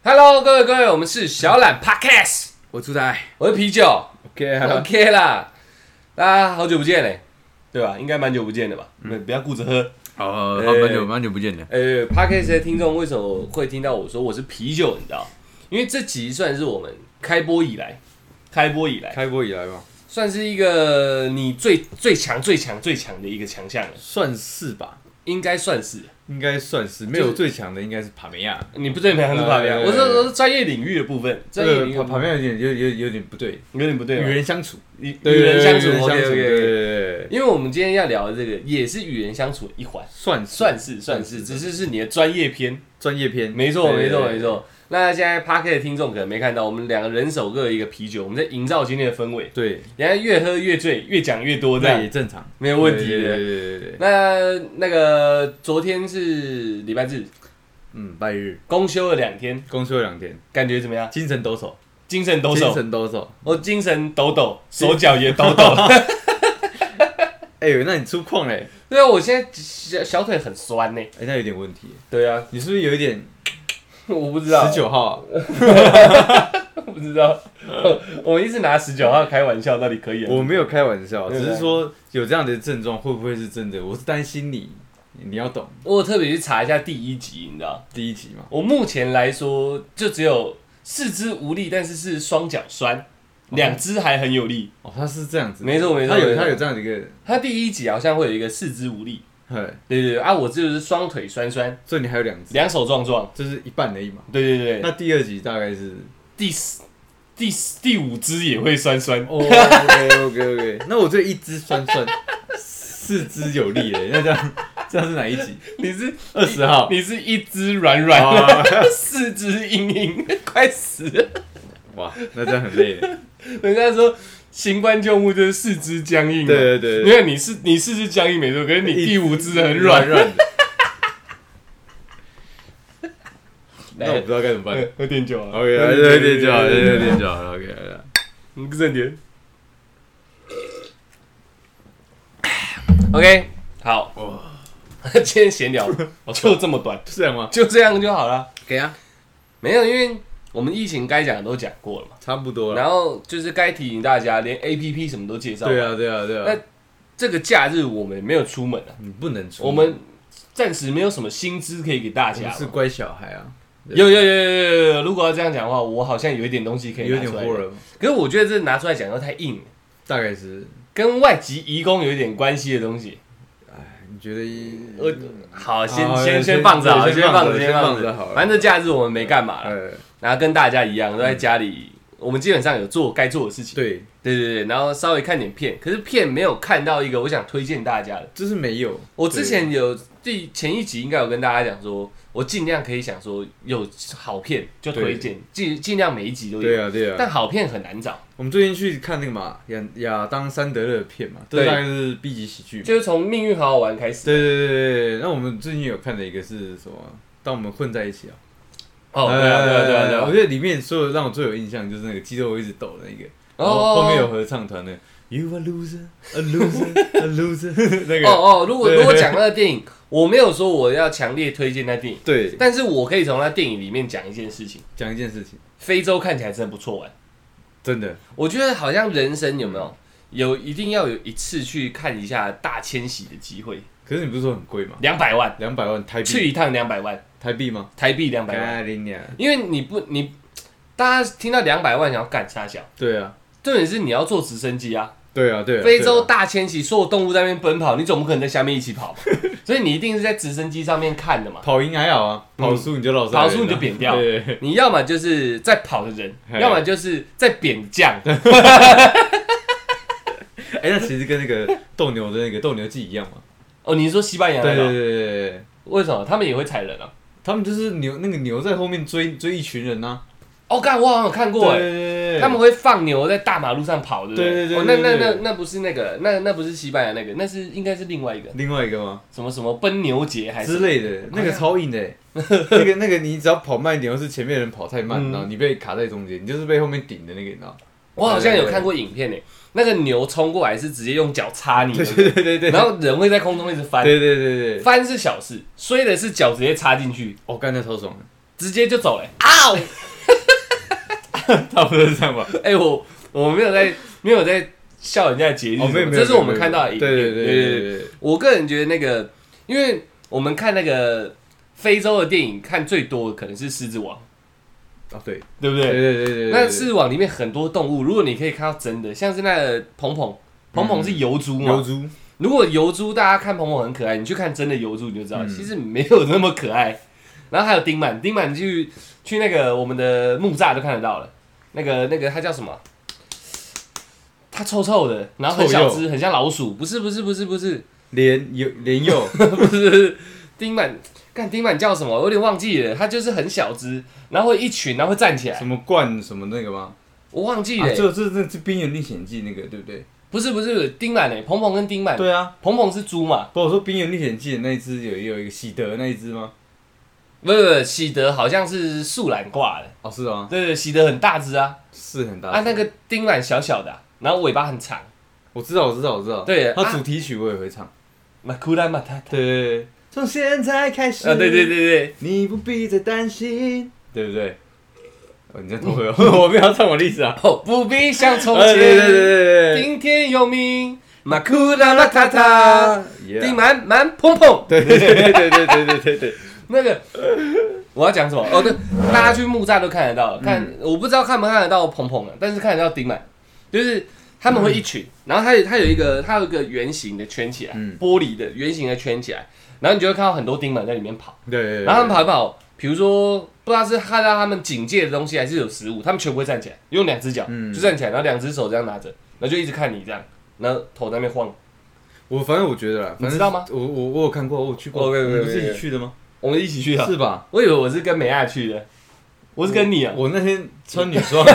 Hello， 各位，我们是小懒 Podcast， 我出台， 我是啤酒 ，OK 啦，大家好久不见嘞，对吧？应该蛮久不见的吧？不要顾着喝。 好，蛮久不见了。 Podcast 的听众为什么会听到我说我是啤酒？你知道？因为这集算是我们开播以来嘛， 算是一个你最强的一个强项了， 算是吧， 应该算是， 没有最强的应该是帕梅亚。 你不最强是帕梅亚，我是专业领域的部分， 帕梅亚有点不对，与人相处， 与人相处 ，OK， 因为我们今天要聊的这个也是与人相处的一环，算是，只是你的专业篇，没错。那现在 Podcast 的听众可能没看到，我们两个人手各有一个啤酒，我们在营造今天的氛围。 对， 人家越喝越醉，越讲越多，这样也正常， 没有问题的。 对。 那个昨天是礼拜日， 拜日， 公休了2天，感觉怎么样？ 精神抖擞， 我精神抖抖，手脚也抖抖。 那你出矿嘞？ 对啊，我现在小腿很酸呢。 那有点问题。 对啊， 你是不是有一点？ 我不知道 19号啊， 不知道。我一直拿19号开玩笑，到底可以？ 我没有开玩笑，只是说有这样的症状会不会是真的？我是担心你要懂。 我特别去查一下第1集，你知道？ 第1集嘛。 我目前来说就只有4肢无力，但是双脚酸，2只还很有力。 他是这样子。 没错。 他有这样的一个。 他第1集好像会有一个4肢无力。对啊，我就是双腿酸酸， 所以你还有2只 ，2手壮壮， 就是一半而已嘛。 对。 那第2集大概是第5只也会酸酸。 OK。那我这1只酸酸，4只有力嘞。那这样是哪一集？ 你是 20号， 你是1只软软的，4只硬硬，快死了。 哇，那这样很累。 人家说新冠救护就是4肢僵硬嘛， 对。 因为你4肢僵硬没错，可是你第5只很软的。 那我不知道该怎么办。 喝点酒啊。 OK， 喝点酒好了。OK， 认点。OK， 好。今天闲聊就这么短， 就这样吗？ 就这样就好了。 给啊。 没有，因为我们疫情该讲的都讲过了嘛， 差不多了。 然后就是该提醒大家，连 APP 什么都介绍。 对啊。 那这个假日我们没有出门啊， 你不能出门。 我们暂时没有什么薪资可以给大家。 我们是乖小孩啊。 有。如果要这样讲的话，我好像有一点东西可以拿出来。有点可是我觉得这拿出来讲又太硬了。 大概是跟外籍移工有一点关系的东西。 你觉得？ 好，先放着好了，先放着好了。反正这假日我们没干嘛了，然后跟大家一样都在家里。我们基本上有做该做的事情。对，然后稍微看点片，可是片没有看到一个我想推荐大家的， 就是没有。 我之前前1集应该有跟大家讲说，我尽量可以想说有好片就推荐，尽量每一集都有。 对啊。 但好片很难找。 我们最近去看那个嘛，亚当·山德勒的片嘛，这大概是 B 级喜剧， 就是从《命运好好玩》开始。 对。那我们最近有看的一个是什么？当我们混在一起啊。 对。 我觉得里面所有让我最有印象就是那个肌肉一直抖的那个，然后后面有合唱团的 You are loser, a loser 那个。 如果讲那个电影，我没有说我要强烈推荐那电影， 对， 但是我可以从那电影里面讲一件事情。非洲看起来真的不错玩， 真的。 我觉得好像人生有没有一定要有一次去看一下大迁徙的机会。 可是你不是说很贵吗 ？200 万台币， 去一趟200万台币吗？ 台币200万，因为大家听到200万想要干啥小？ 对啊， 重点是你要坐直升机啊。 对啊。 非洲大迁徙，所有动物在那边奔跑，你总不可能在下面一起跑，所以你一定是在直升机上面看的嘛。 跑赢还好啊，跑输你就老跑输你就扁掉。你要么就是在跑的人，要么就是在扁将。 那其实跟那个斗牛的那个斗牛记一样嘛。 你是说西班牙那个？ 对。 为什么他们也会踩人啊？ 他们就是那个牛在后面追一群人啊。 干，我好像有看过他们会放牛在大马路上跑，对不对？那不是那个，那不是西班牙那个，应该是另外一个吗？ 什么奔牛节还是之类的，那个超硬的。那个你只要跑慢一点，或是前面人跑太慢，然后你被卡在中间，你就是被后面顶的那个，你知道？ 我好像有看过影片诶，那个牛冲过来是直接用脚插你， 对， 然后人会在空中一直翻， 对， 翻是小事，衰的是脚直接插进去， 干得超爽的。 直接就走了。 啊！差不多是这样吧。 我没有在笑人家的节日，这是我们看到的影片。对。我个人觉得那个，因为我们看那个非洲的电影，看最多的可能是《狮子王》。 对不对？ 对。 那《狮子王》里面很多动物，如果你可以看到真的，像是那个鹏鹏是油猪嘛？ 油猪。 如果油猪大家看鹏鹏很可爱，你去看真的油猪你就知道，其实没有那么可爱。然后还有丁满去那个我们的木栅就看得到了。那个他叫什么？他臭臭的，然后很小只，很像老鼠。不是， 莲柚， 不是丁满。看丁满叫什么？我有点忘记了。他就是很小只，然后会一群，然后会站起来。 什么冠什么那个吗？ 我忘记了。 这是《冰原历险记》那个对不对？ 不是丁满鹏鹏跟丁满。 对啊， 鹏鹏是猪嘛？ 不，我说《冰原历险记》的那一只有一个喜德那一只吗？ 不，喜德好像是树懒挂的。 哦，是吗？ 对，喜德很大只啊。 是很大只。 啊，那个丁满小小的，然后尾巴很长。 我知道。 对， 它主题曲我也会唱。 马库拉马塔。 对。从现在开始。 对。 你不必再担心，对不对？你在偷喝，我不要唱我的意思啊。 不必像从前。 对。 听天由命，马库拉马塔塔，丁满砰砰。 对。 那个我要讲什么？对，大家去木栅都看得到。我不知道看不看得到鹏鹏啊，但是看得到丁满，就是他们会一群，然后它有一个圆形的圈起来，玻璃的圆形的圈起来，然后你就会看到很多丁满在里面跑。 对。 然后他们跑一跑，比如说不知道是看到他们警戒的东西还是有食物，他们全部会站起来，用2只脚就站起来，然后2只手这样拿着，然后就一直看你这样，然后头在那边晃。 反正我觉得啦， 你知道吗？ 我有看过，我有去过。你不是一起去的吗？ 我们一起去的， 是吧？ 我以为我是跟美亚去的，我是跟你啊。 我那天穿女装。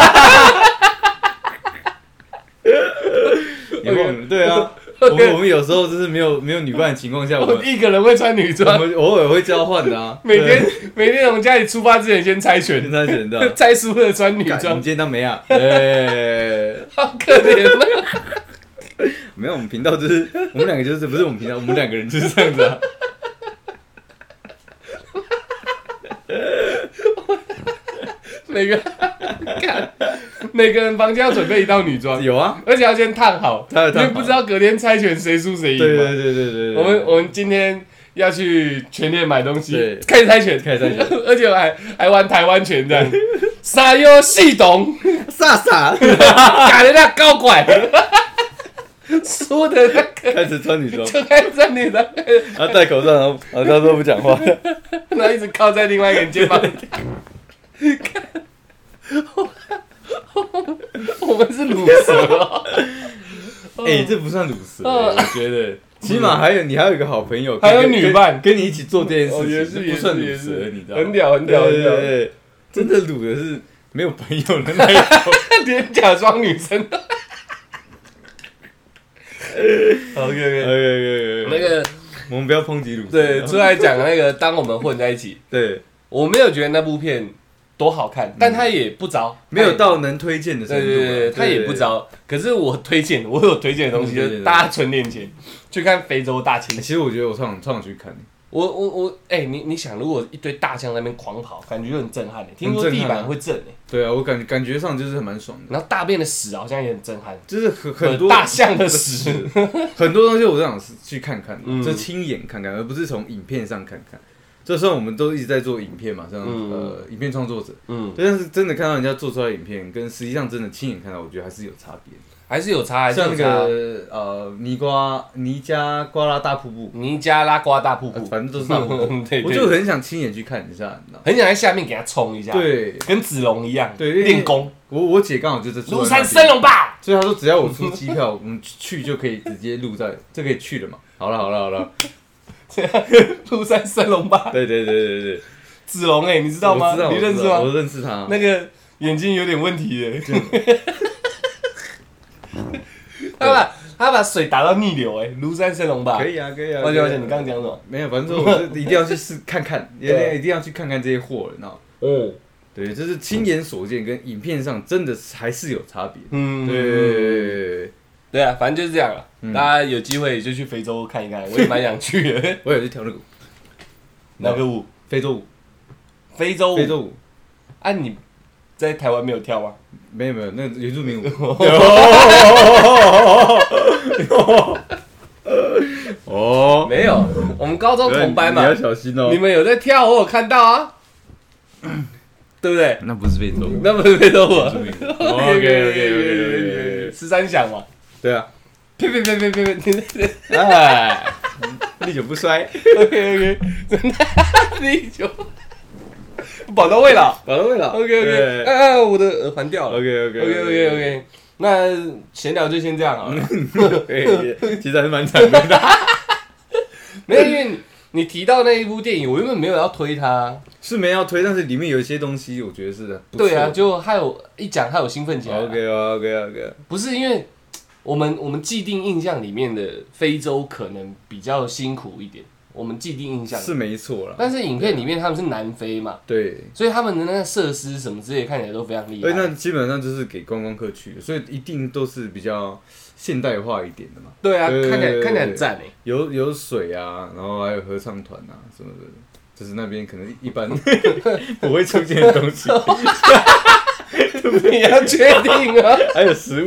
你忘了？对啊。我们有时候就是没有女伴的情况下，我们一个人会穿女装， 我们偶尔会交换的啊。 每天从家里出发之前先猜拳的，猜输了穿女装。 你今天当美亚。 好可怜啊！ 没有，我们频道就是我们两个就是不是我们频道，我们2个人就是这样子啊。 每个人房间要准备一套女装， 有啊， 而且要先烫好，因为不知道隔天猜拳谁输谁赢嘛。 对。 我们今天要去全联买东西，开始猜拳，而且还玩台湾拳这样，啥游戏懂， 傻， 赶人家高拐，输的那个开始穿女装， 就开始穿女装， 然后戴口罩，然后他都不讲话， 然后一直靠在另外一个人肩膀。我们是鲁蛇。 这不算鲁蛇，我觉得起码你还有一个好朋友， 还有女伴跟你一起做这件事情，不算鲁蛇，你知道吗？ 很屌。 对，真的鲁的是没有朋友的那一种， 连假装女生。 OK， 那个我们不要抨击鲁蛇。 对，出来讲那个，当我们混在一起， 对， 我没有觉得那部片多好看，但他也不糟， 没有到能推荐的程度。 对，他也不糟。可是我有推荐的东西，就是大家存点钱去看《非洲大猩猩》。 其实我觉得我超想去看。 你想，如果一堆大象在那边狂跑，感觉就很震撼。听说地板会震。 对啊，我感觉上就是蛮爽的。 然后大便的屎好像也很震撼， 就是很多大象的屎， 很多东西我都想去看看，就亲眼看看，而不是从影片上看看。这时候我们都一直在做影片嘛，像影片创作者，对，但是真的看到人家做出来的影片，跟实际上真的亲眼看到，我觉得还是有差别。 还是有差， 像那个尼加拉大瀑布，反正都是大瀑布。我就很想亲眼去看一下，你知道， 很想在下面给他冲一下， 对， 跟子龙一样，对，练功。 我姐刚好就在庐山升龙吧， 所以她说只要我出机票，我们去就可以直接录在，这可以去了嘛？好了， 庐山升龙吧， 对， 子龙你知道吗？你认识吗？ 我认识他， 那个眼睛有点问题的。他把水打到逆流庐山升龙吧， 可以啊。 抱歉，你刚刚讲什么？ 没有，反正我是一定要去看看，一定要去看看这些货，你知道吗？对，这是亲眼所见，跟影片上真的还是有差别。 对啊，反正就是这样了。大家有机会就去非洲看一看，我也蛮想去的。 我也去跳那个舞， 哪个舞？ 非洲舞。 非洲非洲舞。 啊，你在台湾没有跳吗？ 没有，那原住民舞。 哦，没有，我们高中同班嘛， 你要小心哦。 你们有在跳，我有看到啊，对不对？ 那不是非洲舞， 那不是非洲舞。 OK， 13响嘛。 对啊。 呸！ 哎，历久不衰。 OK， 真的历久。保到位了。OK， 我的耳环掉了。OK， 那闲聊就先这样好了。 其实还是蛮惨的。 没有，因为你提到那一部电影，我原本没有要推它， 是没要推，但是里面有一些东西，我觉得是的。 对啊，就还有一讲，还有兴奋起来。 OK。 不是因为我们既定印象里面的非洲可能比较辛苦一点。我们既定印象是没错啦， 但是影片里面他们是南非嘛， 对， 所以他们的那个设施什么之类看起来都非常厉害。 那基本上就是给观光客去的，所以一定都是比较现代化一点的嘛。 对啊，看起来很赞诶， 有水啊，然后还有合唱团啊什么的，就是那边可能一般不会出现的东西。 你要确定啊？ 还有食物，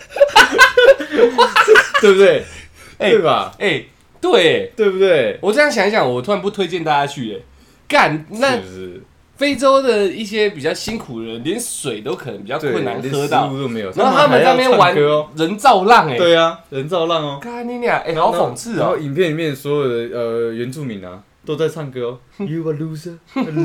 对不对？对吧？ 对不对？ 我这样想一想，我突然不推荐大家去干那非洲的一些比较辛苦的人，连水都可能比较困难喝到， 食物都没有， 然后他们在那边玩人造浪对啊，人造浪哦， 干你俩好讽刺哦。 然后影片里面所有的原住民啊都在唱歌哦 ，You are loser，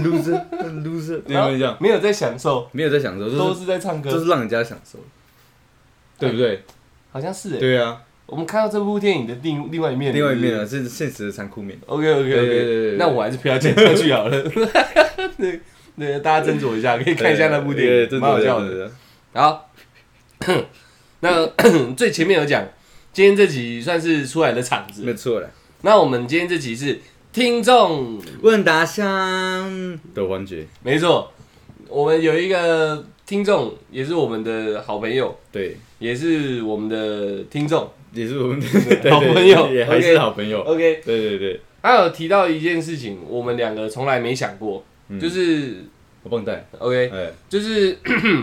没有在享受， 都是在唱歌， 都是让人家享受，对不对？ 好像是对啊。 我们看到这部电影的另外一面， 啊，是现实的残酷面。 OK， 那我还是不要剪上去好了。对，大家斟酌一下，可以看一下那部电影，蛮好笑的。好，那最前面有讲，今天这集算是出来的场子， 没错了。 那我们今天这集是听众问答箱的环节， 没错，我们有一个听众，也是我们的好朋友， 对， 也是我们的听众。 也是我们的好朋友， 也还是好朋友。 OK， 对。 他有提到一件事情，我们两个从来没想过，就是我帮带。 OK， 就是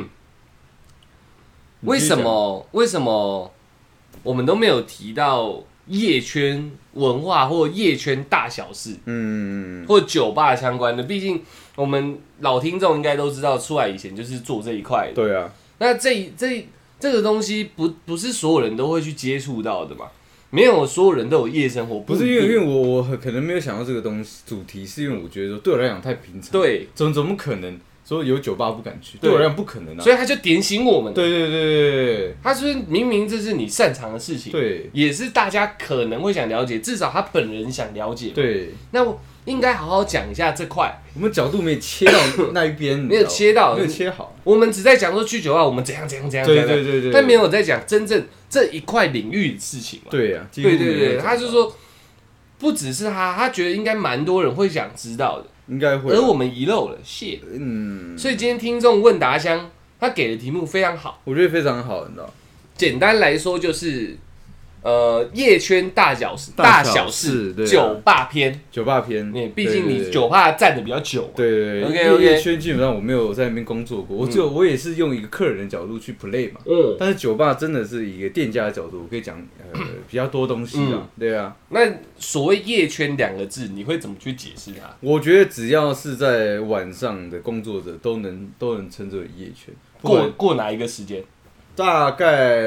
为什么我们都没有提到夜圈文化或夜圈大小事，或酒吧相关的？毕竟我们老听众应该都知道，出来以前就是做这一块的。 对啊， 那这个东西不是所有人都会去接触到的嘛？没有所有人都有夜生活， 不是因为我可能没有想到这个东西主题，是因为我觉得说对我来讲太平常。 对， 怎么可能说有酒吧不敢去？对我来讲不可能啊！ 所以他就点醒我们。 对， 他是明明这是你擅长的事情， 对， 也是大家可能会想了解，至少他本人想了解。 对， 那我应该好好讲一下这块。 我们角度没切到那一边， 没有切到， 没有切好。 我们只在讲说去酒吧，我们怎样， 对， 但没有在讲真正这一块领域的事情嘛。 对呀， 对，他就说，不只是他觉得应该蛮多人会想知道的， 应该会。 而我们遗漏了，谢。所以今天听众问答箱，他给的题目非常好， 我觉得非常好，你知道。 简单来说就是。夜圈大小事，酒吧篇，毕竟你酒吧站的比较久嘛。 对 ，OK， 夜圈基本上我没有在那边工作过，我也是用一个客人的角度去 play 嘛。但是酒吧真的是一个店家的角度，我可以讲比较多东西啊。对啊。 那所谓夜圈2个字，你会怎么去解释它？ 我觉得只要是在晚上的工作者都能称之为夜圈。 过哪一个时间？ 大概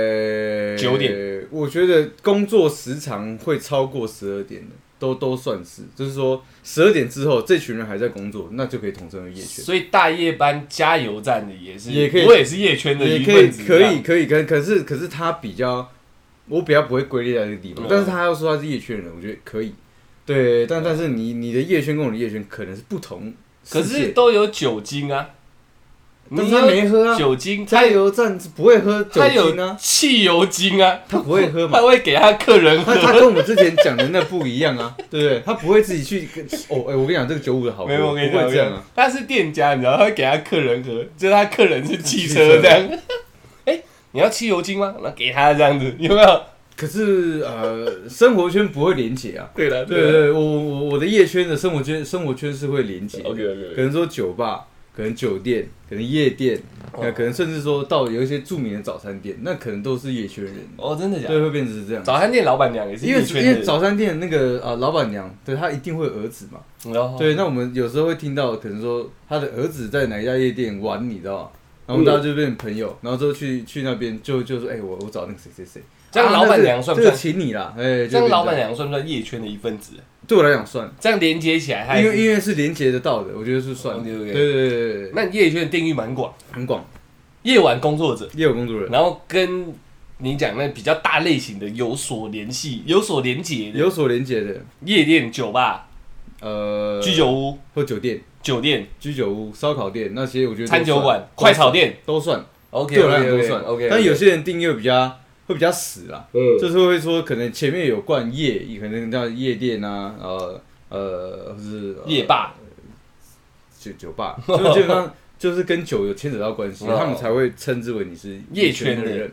9点， 我觉得工作时长会超过12点的，都算是，就是说12点之后，这群人还在工作，那就可以统称为夜圈。 所以大夜班加油站的也可以， 我也是夜圈的一份子。 可以，可是他比较，我比较不会归类在这个地方，但是他要说他是夜圈人，我觉得可以。对，但是你的夜圈跟我的夜圈可能是不同， 可是都有酒精啊。 但是他没喝啊， 酒精加油站不会喝酒精啊，他有汽油精啊， 他不会喝嘛， 他会给他客人喝。 他跟我们之前讲的那不一样啊，对不对？他不会自己去我跟你讲这个95的好喝， 没有，我跟你讲不会这样啊。 他是店家，你知道，他会给他客人喝，就是他客人是汽车这样。你要汽油精吗？那给他这样子，有没有？ 可是生活圈不会连结啊。 对了， 对，我的夜圈的生活圈是会连结。 OK， 可能说酒吧，可能酒店，可能夜店，可能甚至说到有一些著名的早餐店，那可能都是夜圈人。 哦，真的假的？ 对，会变成是这样。 早餐店老板娘也是夜圈的人。 因为早餐店那个老板娘，对她一定会有儿子嘛。对，那我们有时候会听到，可能说他的儿子在哪一家夜店玩，你知道吗？然后大家就变成朋友，然后之后去那边就说，我找那个谁。 这样老板娘算不算？ 请你啦， 这样老板娘算不算夜圈的一份子？ 对我来讲算。 这样连接起来， 因为是连接得到的，我觉得是算。对。 那夜圈的定义蛮广， 很广。 夜晚工作者， 然后跟你讲那比较大类型的有所联系、有所连结的夜店、酒吧。居酒屋或酒店、居酒屋、烧烤店那些，我觉得餐酒馆、快炒店都算。 OK， 对我来讲都算。 OK， 但有些人定义会比较死啦，就是会说可能前面有灌夜，可能叫夜店啊，或是夜吧、 酒吧，就基本上就是跟酒有牵扯到关系，他们才会称之为你是夜圈的人。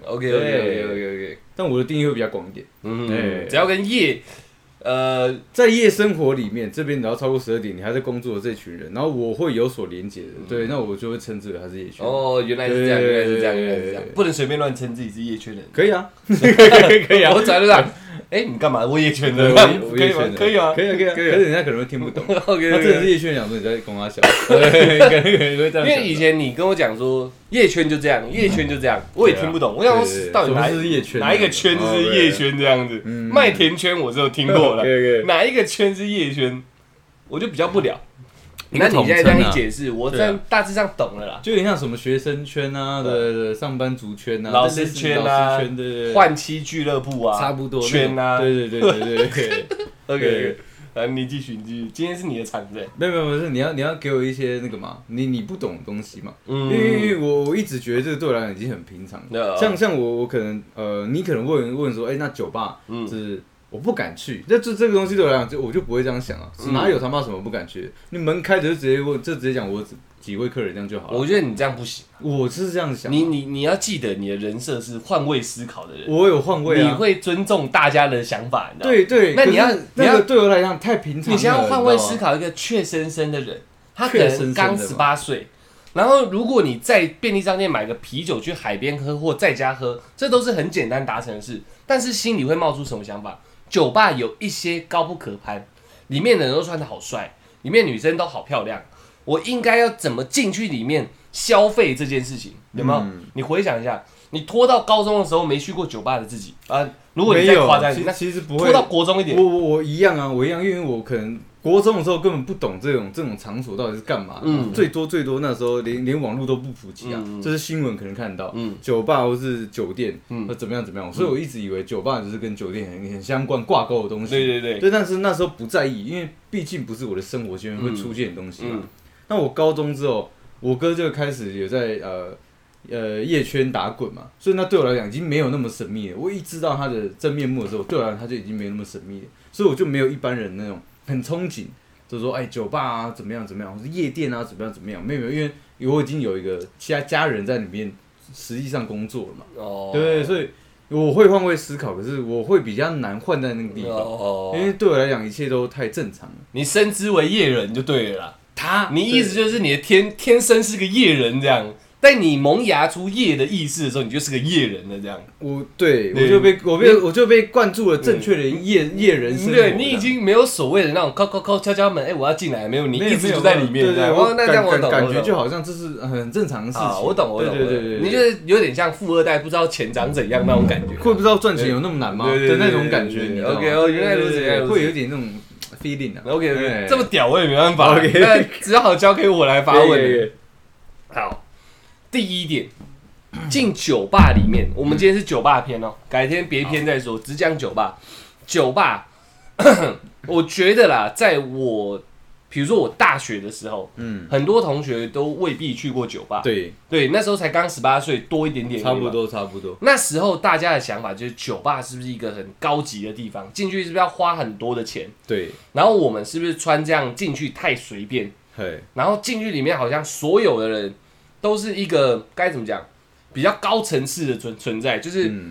OK。 但我的定义会比较广一点， 只要跟夜。 在夜生活里面，这边只要超过12点，你还在工作的这群人，然后我会有所连结的，对，那我就会称之为他是夜圈。 哦，原来是这样，不能随便乱称自己是夜圈人。 可以啊， 可以啊，我转路上，你干嘛？我夜圈的，可以吗？可以啊， 可是人家可能会听不懂。 OK， 他真的是夜圈人，说你在跟他笑。因为以前你跟我讲说夜圈就这样，我也听不懂。我想说到底哪一个圈是夜圈这样子？麦田圈我只有听过了，哪一个圈是夜圈，我就比较不了。那你现在这样一解释，我大致上懂了啦。 就有点像什么学生圈啊，上班族圈啊， 老师圈啊，换妻俱乐部啊， 差不多圈啊。 对。OK， 你继续，今天是你的场子。 没有，是你要给我一些那个嘛，你不懂的东西嘛。因为我一直觉得这个对我来讲已经很平常了。像我可能你可能问说，那酒吧是。我不敢去，这个东西对我来讲，我就不会这样想啊。哪有他妈什么不敢去？你门开着就直接问，就直接讲我几位客人这样就好了。 我觉得你这样不行， 我是这样想。 你要记得你的人设是换位思考的人。 我有换位啊， 你会尊重大家的想法，你知道吗？ 对。 那你要那个对我来讲太平常了。 你先要换位思考一个怯生生的人，他可能刚18岁，然后如果你在便利商店买个啤酒去海边喝或在家喝，这都是很简单达成的事，但是心里会冒出什么想法？酒吧有一些高不可攀，里面的人都穿得好帅，里面女生都好漂亮，我应该要怎么进去里面消费这件事情？有没有？你回想一下，你拖到高中的时候没去过酒吧的自己啊，如果你再夸张一点， 其实不会拖到国中一点。 我一样啊，因为我可能国中的时候根本不懂这种场所到底是干嘛。最多那时候连网络都不普及啊，这是新闻可能看到。酒吧或是酒店，或怎么样，所以我一直以为酒吧就是跟酒店很相关挂钩的东西。对，但是那时候不在意，因为毕竟不是我的生活圈会出现的东西嘛。那我高中之后，我哥就开始有在夜圈打滚嘛，所以那对我来讲已经没有那么神秘了。我一知道他的真面目的时候，对我来讲他就已经没那么神秘了，所以我就没有一般人那种很憧憬，就是说酒吧啊怎么样，或是夜店啊怎么样，没有，因为我已经有一个其他家人在里面实际上工作了嘛。对，所以我会换位思考，可是我会比较难换在那个地方，因为对我来讲一切都太正常了。 你升之为夜人就对了啦。你意思就是你的天生是个夜人这样。在你萌芽出夜的意识的时候，你就是个夜人了，这样。我就被灌注了正确的夜人生活。 对， 你已经没有所谓的那种敲敲门，我要进来，没有，你一直就在里面。 对，那这样我懂。感觉就好像这是很正常的事情。 我懂。对，你就是有点像富二代，不知道钱长怎样那种感觉。 会不知道赚钱有那么难吗？的那种感觉。 OK， 原来如此， 会有点那种 feeling 啊。 OK， 这么屌我也没办法。那只好交给我来发问。好。第一点，进酒吧里面，我们今天是酒吧篇哦，改天别篇再说，只讲酒吧。酒吧，我觉得啦，在比如说我大学的时候，很多同学都未必去过酒吧。对，那时候才刚18岁，多一点点。 差不多。 那时候大家的想法就是，酒吧是不是一个很高级的地方？进去是不是要花很多的钱？ 对。 然后我们是不是穿这样进去太随便？然后进去里面好像所有的人。都是一个该怎么讲，比较高层次的存在，就是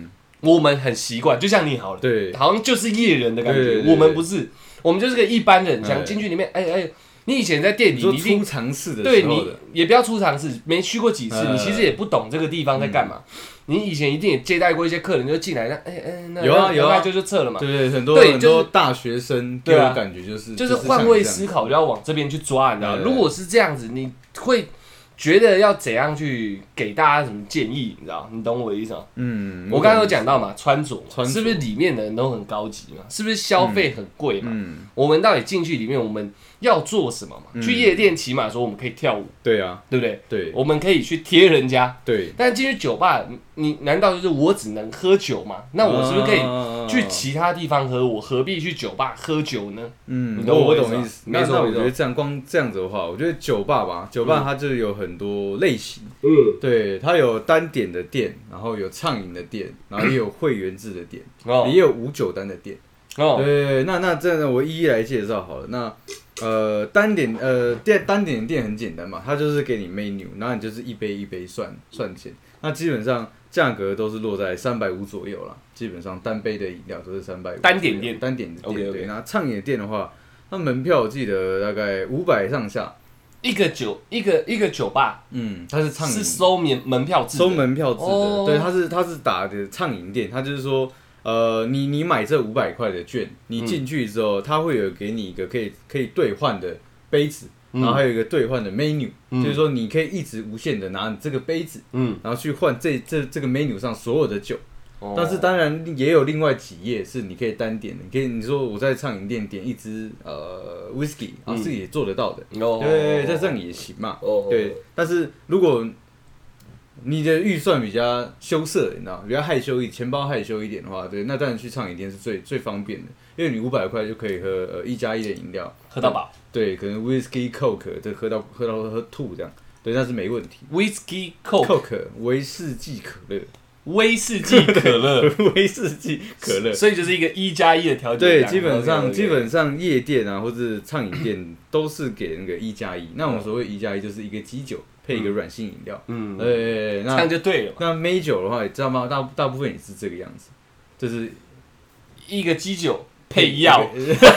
我们很习惯，就像你好了，对，好像就是业人的感觉。我们不是，我们就是个一般人，想进去里面，你以前在店里，你一定初尝试的时候对你也不要初尝试，没去过几次，你其实也不懂这个地方在干嘛。你以前一定也接待过一些客人，就进来， 有啊， 就撤了嘛。 对，很多大学生给我感觉就是换位思考，就要往这边去抓，你知道？如果是这样子，你会觉得要怎样去给大家什么建议？你知道？你懂我的意思吗？我刚刚有讲到嘛，穿着是不是里面的人都很高级嘛？是不是消费很贵嘛？我们到底进去里面，我们要做什么嘛？去夜店起码说我们可以跳舞， 对啊， 对不对？ 对， 我们可以去贴人家， 对。 但进去酒吧，你难道就是我只能喝酒吗？那我是不是可以去其他地方喝？我何必去酒吧喝酒呢？ 你懂我懂意思。那我觉得光这样子的话，我觉得酒吧它就有很多类型，对，它有单点的店，然后有畅饮的店，然后也有会员制的店，也有无酒单的店。对，那这样我一一来介绍好了。那单点的店很简单嘛，它就是给你 menu， 然后你就是一杯一杯算钱。那基本上价格都是落在350左右啦，基本上单杯的饮料都是350。单点的店，对。那畅饮的店的话，它门票我记得大概500上下。 一个酒吧， 它是畅饮， 是收门票制的， 对，它是打的畅饮店，它就是说。你买这500块的券，你进去之后，它会有给你一个可以兑换的杯子，然后还有一个兑换的 menu，就是说你可以一直无限的拿你这个杯子，然后去换这个 menu 上所有的酒。但是当然也有另外几页是你可以单点的，你说我在畅饮店点一支whisky， 然后自己也做得到的，对，在这样也行嘛，对。但是如果你的预算比较羞涩，你知道，比较害羞钱包害羞一点的话，对，那当然去畅饮店是最方便的，因为你500块就可以喝1+1的饮料， 喝到饱。 对，可能 whisky coke 就喝吐这样，对，那是没问题。 whisky coke 威士忌可乐， 威士忌可乐，所以就是一个1+1的条件。 对，基本上夜店啊或者畅饮店都是给那个1+1，那我们所谓1+1就是一个基酒。配一个软性饮料， 这样就对了。 那美酒的话，你知道吗？大部分也是这个样子，就是一个基酒配药。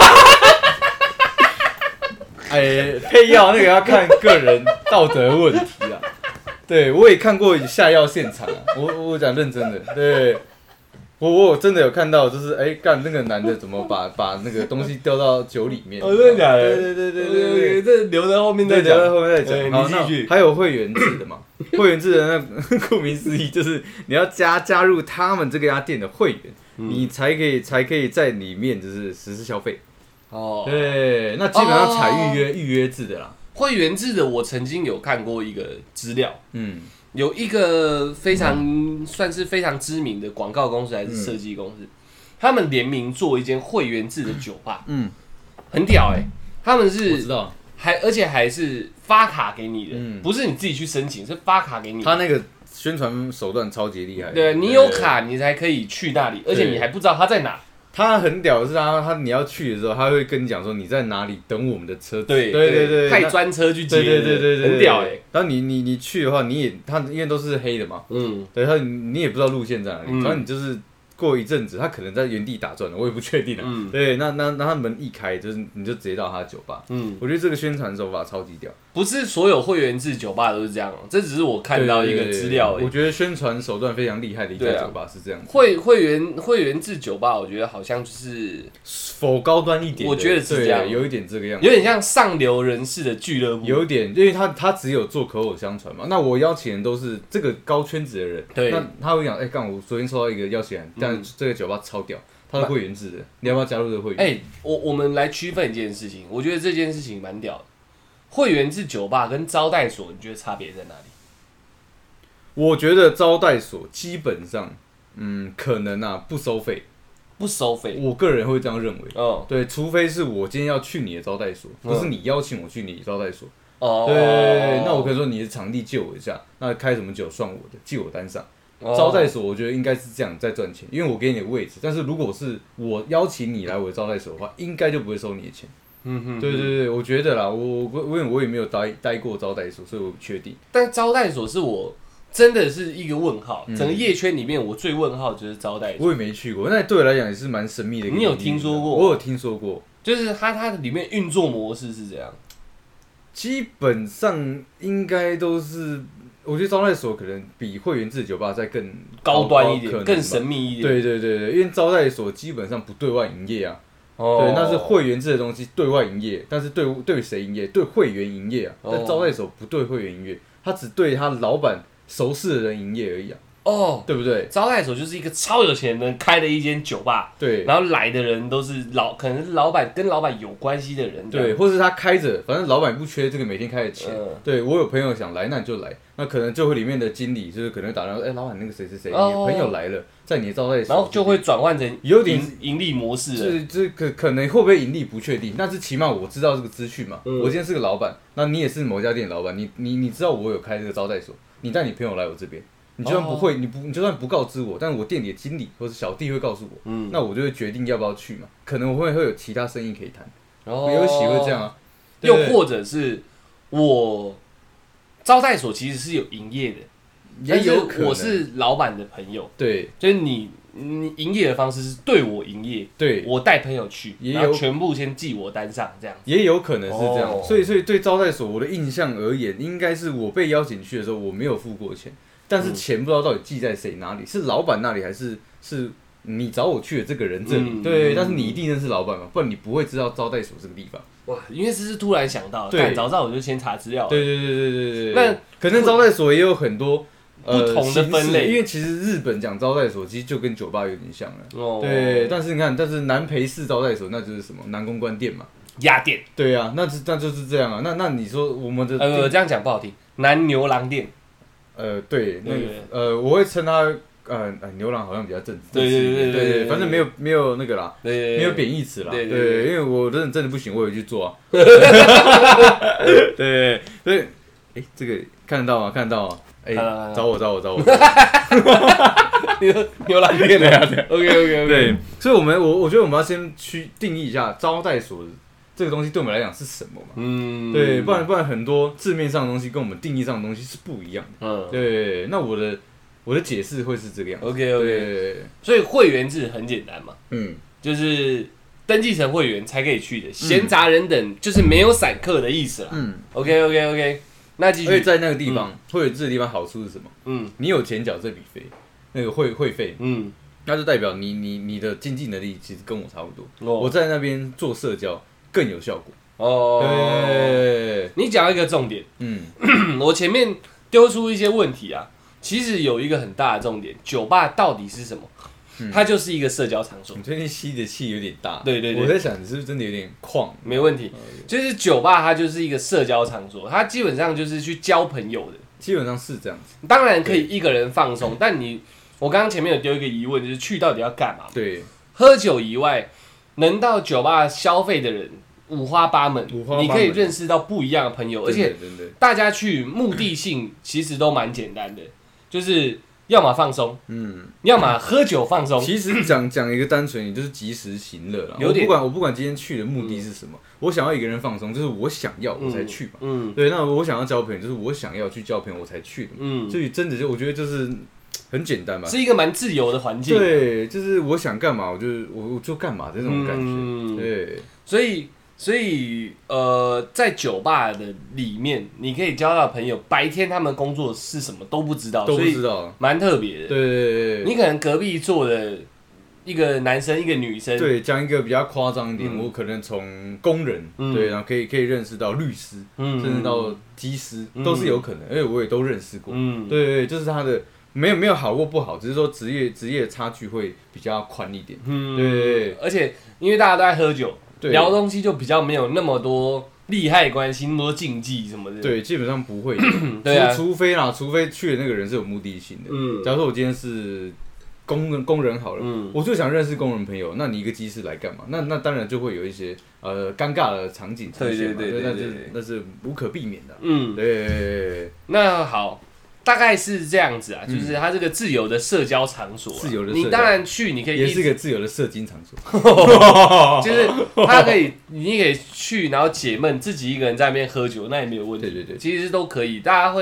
配药那个要看个人道德问题啊。对，我也看过下药现场啊，我讲认真的，对。我真的有看到，就是干那个男的怎么把那个东西丢到酒里面？ 真的假的？ 对， 这留在后面再讲。 好，你继续。还有会员制的嘛？会员制的那顾名思义就是你要加入他们这家店的会员，你才可以在里面就是实施消费。对，那基本上采预约制的啦。 会员制的我曾经有看过一个资料，有一个算是非常知名的广告公司还是设计公司，他们联名做一间会员制的酒吧，很屌他们是我知道， 而且还是发卡给你的，不是你自己去申请，是发卡给你的。 他那个宣传手段超级厉害， 对，你有卡你才可以去那里，而且你还不知道他在哪。 他很屌的是你要去的时候，他会跟你讲说你在哪里等我们的车子， 对，派专车去接， 对， 很屌然后你去的话，他因为都是黑的嘛，对，你也不知道路线在哪里，然后你就是过一阵子，他可能在原地打转了，我也不确定了。对，那他门一开，就是你就直接到他的酒吧。我觉得这个宣传手法超级屌。 不是所有会员制酒吧都是这样，这只是我看到一个资料而已。 我觉得宣传手段非常厉害的一家酒吧是这样子。 会员制酒吧，我觉得好像就是否高端一点， 我觉得是这样， 有一点这个样子， 有点像上流人士的俱乐部。 有点，因为他只有做口口相传嘛。那我邀请人都是这个高圈子的人， 对， 那他会讲，干我昨天收到一个邀请函，但这个酒吧超屌。他是会员制的，你要不要加入这个会员？ 我们来区分一件事情，我觉得这件事情蛮屌的。会员制酒吧跟招待所，你觉得差别在哪里？ 我觉得招待所基本上，可能不收费，我个人会这样认为。对，除非是我今天要去你的招待所，不是你邀请我去你的招待所。对，那我可以说你的场地借我一下，那开什么酒算我的，记我单上。招待所我觉得应该是这样在赚钱，因为我给你的位置，但是如果是我邀请你来我的招待所的话，应该就不会收你的钱。对，我觉得啦，我也没有待过招待所，所以我不确定。 但招待所是我真的是一个问号。整个夜圈里面，我最问号就是招待所。 我也没去过，那对我来讲也是蛮神秘的。 你有听说过？ 我有听说过， 就是它里面运作模式是怎样？ 基本上应该都是，我觉得招待所可能比会员制酒吧再更高端一点，更神秘一点。 对对对对，因为招待所基本上不对外营业啊。对，那是会员制的东西，对外营业，但是对谁营业？对会员营业啊。但招待所不对会员营业，他只对他老板熟识的人营业而已啊。对不对？ 招待所就是一个超有钱人开的一间酒吧， 对， 然后来的人都是可能是跟老板有关系的人， 对，或是他开着，反正老板不缺这个每天开的钱。对，我有朋友想来，那你就来，那可能就会里面的经理就是可能打电话，老板那个谁谁谁，你朋友来了，在你的招待所， 然后就会转换成有点盈利模式， 这可能会不会盈利不确定，但是起码我知道这个资讯嘛。我今天是个老板，那你也是某家店的老板，你知道我有开这个招待所，你带你朋友来我这边。你就算不会，你就算不告知我，但我店里的经理或者小弟会告诉我，那我就会决定要不要去嘛。可能我会有其他生意可以谈，有喜会这样啊。 又或者是我招待所其实是有营业的， 也有可能我是老板的朋友， 对， 就是你营业的方式是对我营业， 对我带朋友去，然后全部先记我单上，这样也有可能是这样。所以对招待所我的印象而言，应该是我被邀请去的时候我没有付过钱。但是钱不知道到底记在谁哪里，是老板那里还是你找我去的这个人这里？对，但是你一定认识老板嘛，不然你不会知道招待所这个地方。 哇，因为这是突然想到，对，早知道我就先查资料。 对。那可能招待所也有很多不同的分类， 因为其实日本讲招待所其实就跟酒吧有点像了。对，但是你看，南培式招待所那就是什么南公关店嘛， 鸭店。 对啊，那就是这样啊。那你说我们的这样讲不好听，南牛郎店。 对，那个我会称它牛郎好像比较正式，对，反正没有那个啦，没有贬义词啦，对，因为我真的不行，我也去做啊，对，所以这个看得到吗？看得到吗？找我， 牛郎店的 ，OK， 对，所以我觉得我们要先去定义一下招待所这个东西对我们来讲是什么嘛？对，不然很多字面上的东西跟我们定义上的东西是不一样的。对，那我的解释会是这个样子。 OK， 所以会员制很简单嘛，就是登记成会员才可以去的，闲杂人等就是没有散客的意思啦。OK， 那继续。 而且在那个地方，会员制的地方好处是什么？你有钱缴这笔费，那个会费，那就代表你的经济能力其实跟我差不多。我在那边做社交。更有效果对， 你讲一个重点，我前面丢出一些问题啊，其实有一个很大的重点，酒吧到底是什么？它就是一个社交场所。 你最近吸的气有点大， 对， 我在想你是不是真的有点旷？ 没问题，就是酒吧它就是一个社交场所，它基本上就是去交朋友的， 基本上是这样子。 当然可以一个人放松，但我刚刚前面有丢一个疑问，就是去到底要干嘛？ 对， 喝酒以外。能到酒吧消费的人五花八门，你可以认识到不一样的朋友，而且大家去目的性其实都蛮简单的，就是要么放松，要么喝酒放松。 其实讲一个单纯，你就是及时行乐啦。我不管今天去的目的是什么，我想要一个人放松，就是我想要我才去嘛。对，那我想要交朋友，就是我想要去交朋友我才去的嘛。所以真的我觉得就是。很简单吧， 是一个蛮自由的环境。 对，就是我想干嘛，我就干嘛这种感觉。对， 所以在酒吧的里面，你可以交到朋友，白天他们工作是什么都不知道，蛮特别的。 对， 你可能隔壁坐的一个男生，一个女生。 对，讲一个比较夸张一点，我可能从工人，对，然后可以认识到律师，甚至到技师，都是有可能，而且我也都认识过。对，就是他的。没有好或不好，只是说职业的差距会比较宽一点。对， 而且因为大家都在喝酒，聊东西就比较没有那么多利害关系，那么多禁忌什么的。 对，基本上不会。 对啊， 除非去的那个人是有目的性的。假如说我今天是工人好了，我就想认识工人朋友，那你一个技师来干嘛？那当然就会有一些尴尬的场景出现嘛。对，那是无可避免的。对。 那好。大概是这样子啊，就是它这个自由的社交场所，你当然去，你可以也是个自由的社经场所， 就是你可以去，然后解闷，自己一个人在那边喝酒，那也没有问题。 对， 其实都可以，大家会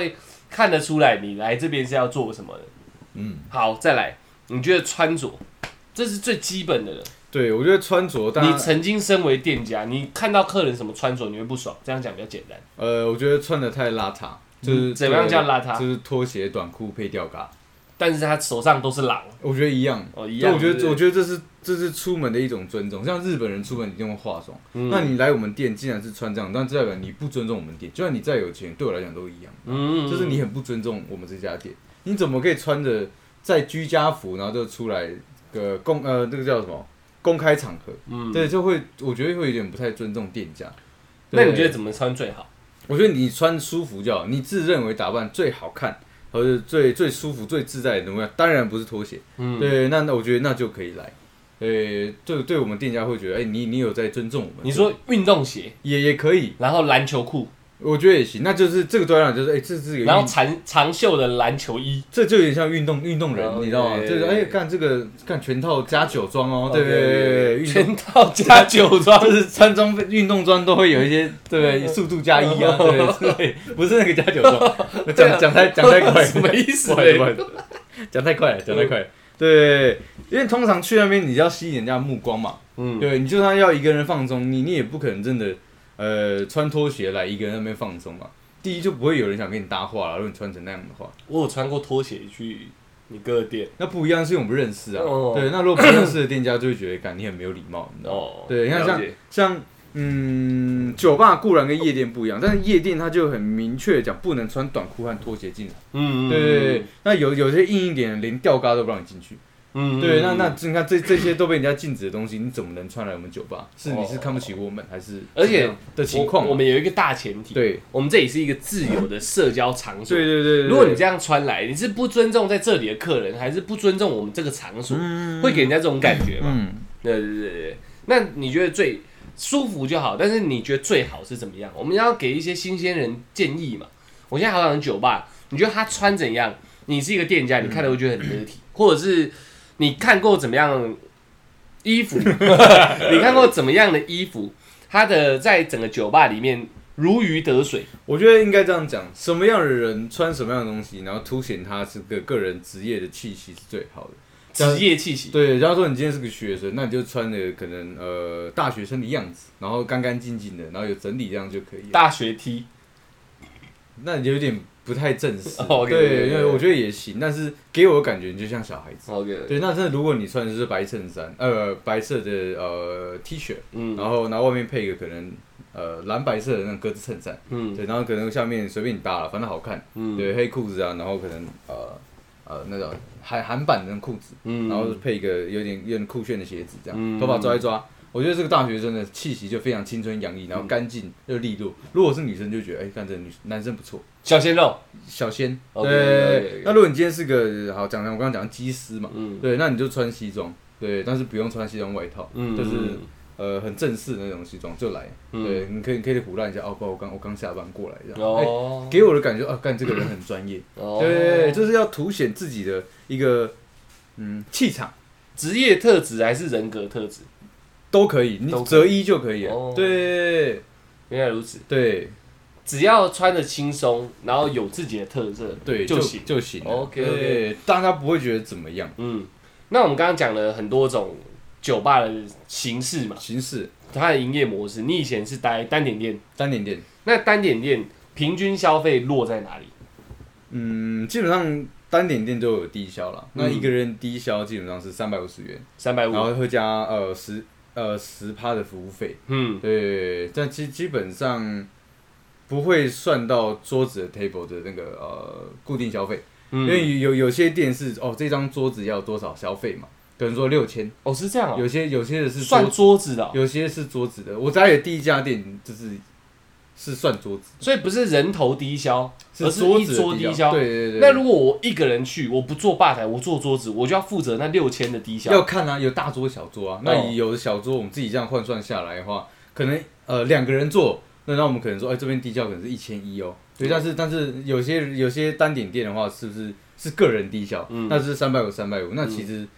看得出来你来这边是要做什么的。好，再来，你觉得穿着，这是最基本的了。 对，我觉得穿着， 你曾经身为店家，你看到客人什么穿着你会不爽？这样讲比较简单。 我觉得穿得太邋遢，就是怎么样叫邋遢？ 就是拖鞋、短裤配吊嘎， 但是他手上都是狼。 我觉得一样， 一样。 我觉得这是出门的一种尊重。像日本人出门一定会化妆，那你来我们店竟然是穿这样，那代表你不尊重我们店。就算你再有钱，对我来讲都一样。就是你很不尊重我们这家店。你怎么可以穿着在居家服，然后就出来这个叫什么？公开场合，对，就会我觉得会有点不太尊重店家。 那你觉得怎么穿最好？ 我觉得你穿舒服就好，你自认为打扮最好看，或者最舒服、最自在的模样，当然不是拖鞋。对，那我觉得那就可以来。对我们店家会觉得，你有在尊重我们。 你说运动鞋也可以， 然后篮球裤。 我觉得也行，那就是这个对来讲就是，这是然后长袖的篮球衣， 这就有点像运动人，你知道吗？就是干这个干全套加酒装哦，对不对？ 全套加酒装， 就是穿装运动装都会有一些，对不对？速度加一啊，对，不是那个加酒装，讲太快， 什么意思？ 讲太快了，对，因为通常去那边你要吸引人家目光嘛，对，你就算要一个人放松，你也不可能真的。穿拖鞋来一个人在那边放松嘛，第一就不会有人想跟你搭话了。如果你穿成那样的话， 我有穿过拖鞋去你哥的店， 那不一样，是因为我们不认识啊。对，那如果不认识的店家就会觉得，干你很没有礼貌，你知道吗？对，你看像酒吧固然跟夜店不一样，但是夜店它就很明确讲不能穿短裤和拖鞋进来。对，那有些硬一点的连吊嘎都不让你进去。对，那你看这些都被人家禁止的东西，你怎么能穿来我们酒吧？你是看不起我们，还是而且的情况？ 我们有一个大前提， 对， 我们这里是一个自由的社交场所。 对。 如果你这样穿来，你是不尊重在这里的客人，还是不尊重我们这个场所？会给人家这种感觉嘛？对。那你觉得最舒服就好，但是你觉得最好是怎么样？我们要给一些新鲜人建议嘛。我现在好想酒吧，你觉得他穿怎样？你是一个店家，你看了会觉得很dirty，或者是？你看过怎么样衣服？你看过怎么样的衣服？它的在整个酒吧里面如鱼得水。 我觉得应该这样讲，什么样的人穿什么样的东西，然后凸显他是个人职业的气息是最好的。 职业气息。 对，假如说你今天是个学生，那你就穿的可能大学生的样子，然后干干净净的，然后有整理这样就可以了。 大学 T， 那有点。不太正式，对，因为我觉得也行，但是给我的感觉你就像小孩子。对，那真的如果你穿的是白衬衫，白色的T 恤，然后外面配一个可能蓝白色的那种格子衬衫，对，然后可能下面随便你搭了，反正好看，对，黑裤子啊，然后可能那种韩版的那种裤子，然后配一个有点酷炫的鞋子，这样，头发抓一抓。我觉得这个大学生的气息就非常青春洋溢，然后干净又利落。如果是女生就觉得，看这男生不错， 小鲜肉， 小鲜。对。那如果你今天是个我刚刚讲机师嘛，对，那你就穿西装，对，但是不用穿西装外套，就是很正式的那种西装就来，对，你可以唬烂一下，不，我刚下班过来这样，给我的感觉干这个人很专业，对，就是要凸显自己的一个气场， 职业特质还是人格特质。 都可以，你择一就可以了。对， 原来如此。 对， 只要穿得轻松，然后有自己的特色， 对就行。 OK， 大家不会觉得怎么样。 那我们刚刚讲了很多种酒吧的形式嘛，它的营业模式。你以前是待单点店，那单点店平均消费落在哪里？ 基本上。单点店都有低消啦，那一个人低消基本上是350元 ，350， 然后会加10% 的服务费，对，但基本上不会算到桌子的 table 的那个固定消费，因为有些店是这张桌子要多少消费嘛，可能说6000， 是这样有些的是算桌子的， 有些是桌子的，我在的第一家店是算桌子， 所以不是人头低消，而是一桌低消。 对。 那如果我一个人去，我不坐吧台，我坐桌子，我就要负责那6000的低消。 要看啊，有大桌小桌啊。那有的小桌，我们自己这样换算下来的话，可能2个人坐，那我们可能说，这边低消可能是1100哦。对，但是有些单点店的话，是不是个人低消？那是350，那其实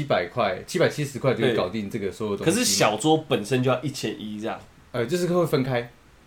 770块就搞定这个所有东西。 可是小桌本身就要1100这样。 就是会分开。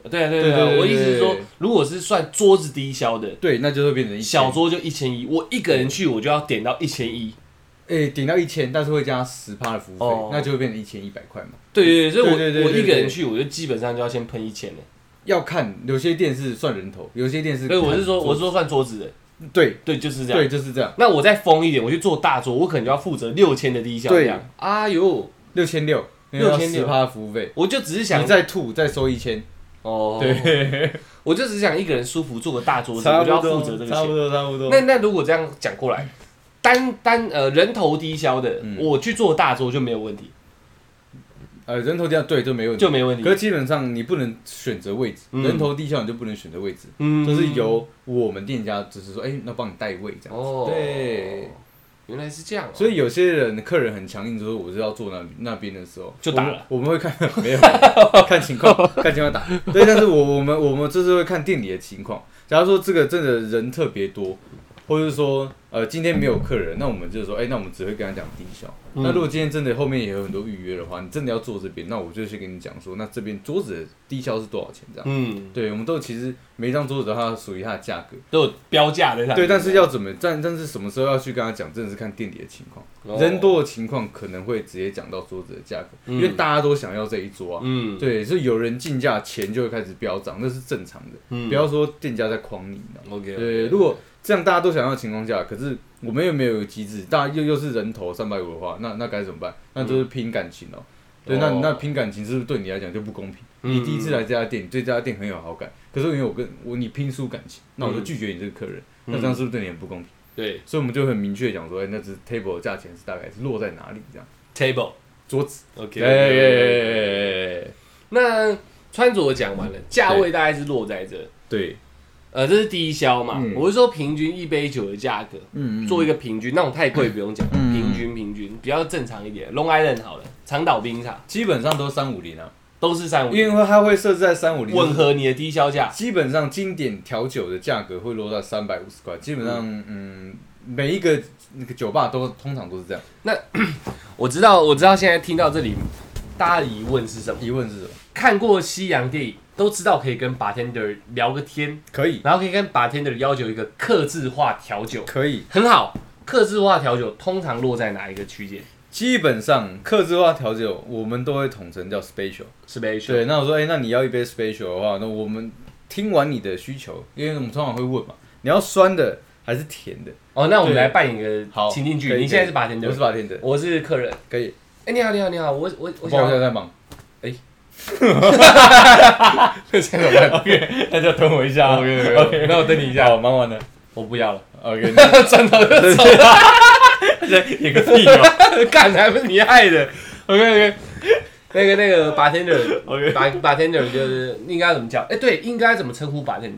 对，我意思是说，如果是算桌子低消的， 对，那就会变成小桌就1100，我一个人去我就要点到1100。 点到1000，但是会加10%的服务费，那就会变成1100块嘛。 对，所以我一个人去，我就基本上就要先喷1000了。 要看有些店是算人头，有些店是。 对，我是说算桌子的。对，就是这样。 对，就是这样。 那我再疯一点，我去做大桌，我可能就要负责6000的低消量。哎呦 ，6600 10%的服务费， 我就只是想你再吐再收1000。对， 我就只想一个人舒服做个大桌子，我就要负责这个钱。 差不多。 那如果这样讲过来，人头低消的，我去做大桌就没有问题。 人头低消对就没问题，可是基本上你不能选择位置，人头低消你就不能选择位置，就是由我们店家只是说，那帮你带位这样子。对， 原来是这样。 所以有些人客人很强硬，说我是要坐那边的时候， 就打了。 我们会看没有看情况打。对，但是我们就是会看店里的情况。假如说这个真的人特别多，或者是说今天没有客人，那我们就是说，那我们只会跟他讲低消。那如果今天真的后面也有很多预约的话，你真的要坐这边，那我就先跟你讲说，那这边桌子的低消是多少钱这样。对，我们都其实每一张桌子它属于它的价格， 都有标价的。 对，但是要怎么但是什么时候要去跟他讲，真的是看店里的情况。人多的情况可能会直接讲到桌子的价格，因为大家都想要这一桌啊。对，所以有人竞价，钱就会开始飙涨，那是正常的。不要说店家在诓你。 OK。 对，如果这样大家都想要的情况下，可是我们又没有机制，大家又是人头350的话，那该怎么办？那就是拼感情哦。对，那拼感情是不是对你来讲就不公平？你第一次来这家店，你对这家店很有好感，可是因为你拼出感情，那我就拒绝你这个客人，那这样是不是对你很不公平？ 对， 所以我们就很明确讲说，那只 table 的价钱是大概是落在哪里这样 ？table 桌子 ，OK。那穿着讲完了，价位大概是落在这。 对。 这是低消嘛？我是说平均一杯酒的价格，做一个平均，那种太贵不用讲，平均比较正常一点。Long Island 好了，长岛冰茶基本上都350啊， 都是350， 因为它会设置在350， 吻合你的低消价。 基本上经典调酒的价格会落到350块，基本上每一个那个酒吧通常都是这样。 那我知道现在听到这里，大家的疑问是什么？看过西洋电影。都知道可以跟 bartender 聊个天， 可以， 然后可以跟 bartender 要求一个客制化调酒， 可以， 很好。客制化调酒通常落在哪一个区间？ 基本上客制化调酒我们都会统称叫 special。对，那我说，那你要一杯 special 的话，那我们听完你的需求，因为我们通常会问嘛，你要酸的还是甜的？ 那我们来扮演一个情境剧。你现在是 bartender， 我是 bartender， 我是客人， 可以。 你好，我想在忙。 这怎么办？ 那就等我一下。 OK， 那我等你一下。 好，忙完了， 我不要了。 OK， 转头就走了。 演个屁哦！ 干还不是你害的。OK， 那个 bartender，bartender 就是应该怎么叫？对，应该怎么称呼 bartender？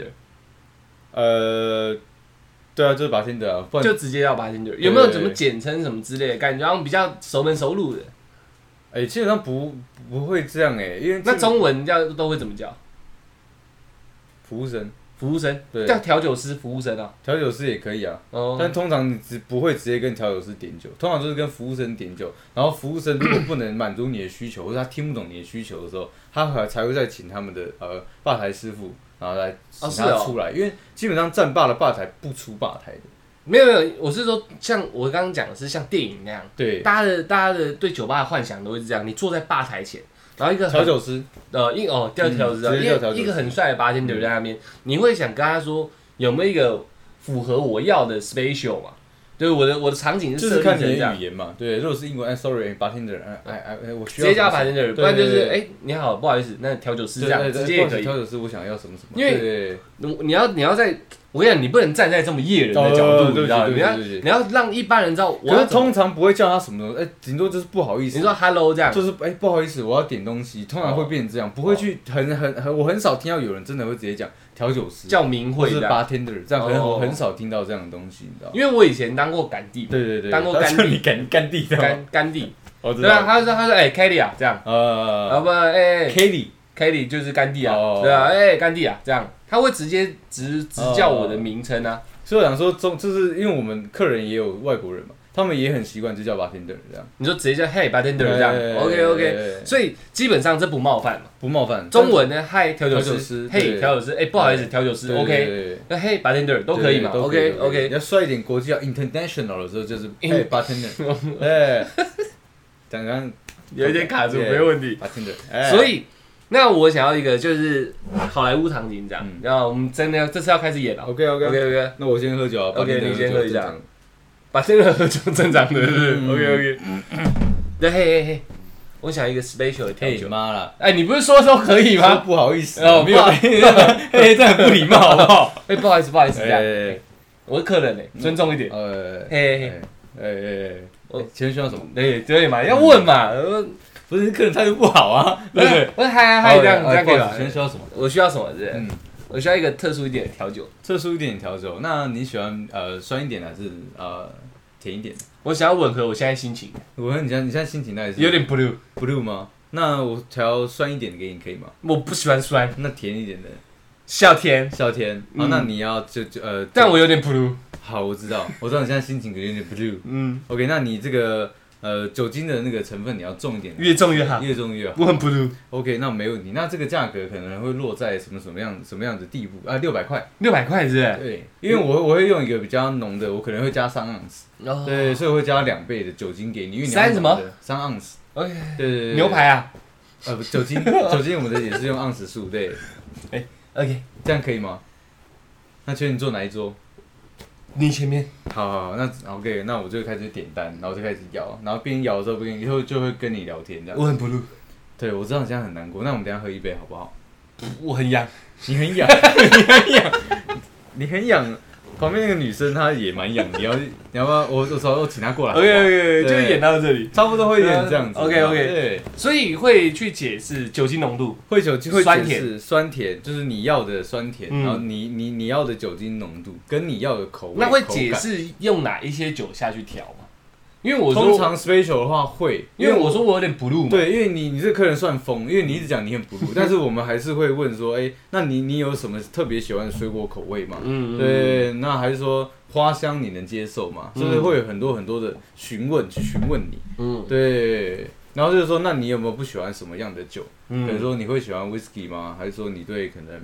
对啊，就是 bartender 啊， 就直接叫 bartender。有没有怎么简称什么之类的？感觉好像比较熟门熟路的。 基本上不会这样因为那中文都会怎么叫？ 服务生， 对，叫调酒师、服务生啊， 调酒师也可以啊。但通常你不会直接跟调酒师点酒，通常都是跟服务生点酒。然后服务生如果不能满足你的需求，或者他听不懂你的需求的时候，他才会再请他们的吧台师傅，然后来请他出来。因为基本上站吧的吧台不出吧台的。 没有，我是说，像我刚刚讲的是像电影那样， 对， 大家的对酒吧的幻想都会是这样，你坐在吧台前，然后一个调酒师， 调酒师，一个很帅的bartender在那边，你会想跟他说有没有一个符合我要的 special 嘛？就是我的场景是设计成这样， 就是看你的语言嘛。对，如果是英文，sorry，bartender，我需要直接加 bartender， 不然就是你好，不好意思，那调酒师这样直接也可以。 调酒师，我想要什么什么。 因为你要在。我跟你讲，你不能站在这么猎人的角度，你知道吗？你要让一般人知道。 可是通常不会叫他什么，顶多就是不好意思。 你说 hello 这样， 就是不好意思，我要点东西，通常会变成这样，不会去我很少听到有人真的会直接讲调酒师叫名讳， 或是 bartender 这样，我很少听到这样的东西，你知道吗？ 因为我以前当过干弟， 对， 当过干弟， 干弟， 干弟， 对啊，他说Kelly 啊这样，不 Kelly 就是干弟啊，对啊，干弟啊这样。他会直接直叫我的名称啊， 所以我想说就是因为我们客人也有外国人嘛， 他们也很习惯就叫 bartender 这样。 你就直接叫 Hey bartender 这样 ，OK， 所以基本上这不冒犯嘛， 不冒犯。 中文呢 Hi 调酒师，Hey 调酒师，不好意思调酒师 ，OK， 那 Hey bartender 都可以嘛 ，OK， 要帅一点，国际要 international 的时候就是 Hey bartender， 哎，刚刚有一点卡住，没有问题 bartender， 所以。那我想要一个就是好莱坞场景这样，然后我们真的这次要开始演了。 OK， 那我先喝酒啊。 OK， 你先喝一下。把这个喝酒正常的，OK。对，嘿，我想一个 special 的调酒。 妈啦！ 哎，你不是说可以吗？ 不好意思，没有，嘿，这很不礼貌，好不好？ 哎，不好意思，这样。我是客人嘞，尊重一点。 我请问需要什么？ 对嘛，要问嘛。 不是客人态度不好啊，对不对？ 我说嗨，这样可以吧？ 先需要什么？ 我需要什么？是？我需要一个特殊一点的调酒。 特殊一点的调酒，那你喜欢酸一点还是甜一点的？ 我想要吻合我现在心情。 我说你现在心情大概是有点 blue 吗？那我调酸一点的给你可以吗？ 我不喜欢酸， 那甜一点的。 小甜。 好，那你要但我有点 blue。 好，我知道你现在心情可能有点 blue。OK， 那你这个。酒精的那个成分你要重一点， 越重越好， 我很 blue。 OK， 那没问题。那这个价格可能会落在什么样的地步啊？600块 ，600块是不是？ 对，因为我会用一个比较浓的，我可能会加3盎司，对，所以我会加2倍的酒精给你，因为你要什么 3盎司 ？OK， 对， 牛排啊， 酒精我们的也是用盎司数，对 ，OK， 这样可以吗？那请问你坐哪一桌？ 你前面。 好，那 OK， 那我就开始点单，然后就开始摇，然后边摇的时候以后就会跟你聊天这样。 我很 blue。 对，我知道你现在很难过，那我们等一下喝一杯好不好？ 我很痒， 你很痒。旁边那个女生她也蛮痒，你要不要我请她过来 ？OK， 就演到这里， 差不多会演这样子。 OK， 对，所以会去解释酒精浓度， 会解释酸甜，就是你要的酸甜，然后你要的酒精浓度跟你要的口味。 那会解释用哪一些酒下去调吗？因为我说通常 special 的话会， 因为我说我有点 blue 嘛。 对，因为你这个客人算疯，因为你一直讲你很 blue， 但是我们还是会问说，那你有什么特别喜欢的水果口味吗？对，那还是说花香你能接受吗？就是会有很多的去询问你。对，然后就是说，那你有没有不喜欢什么样的酒？比如说你会喜欢 whisky 吗？还是说你对可能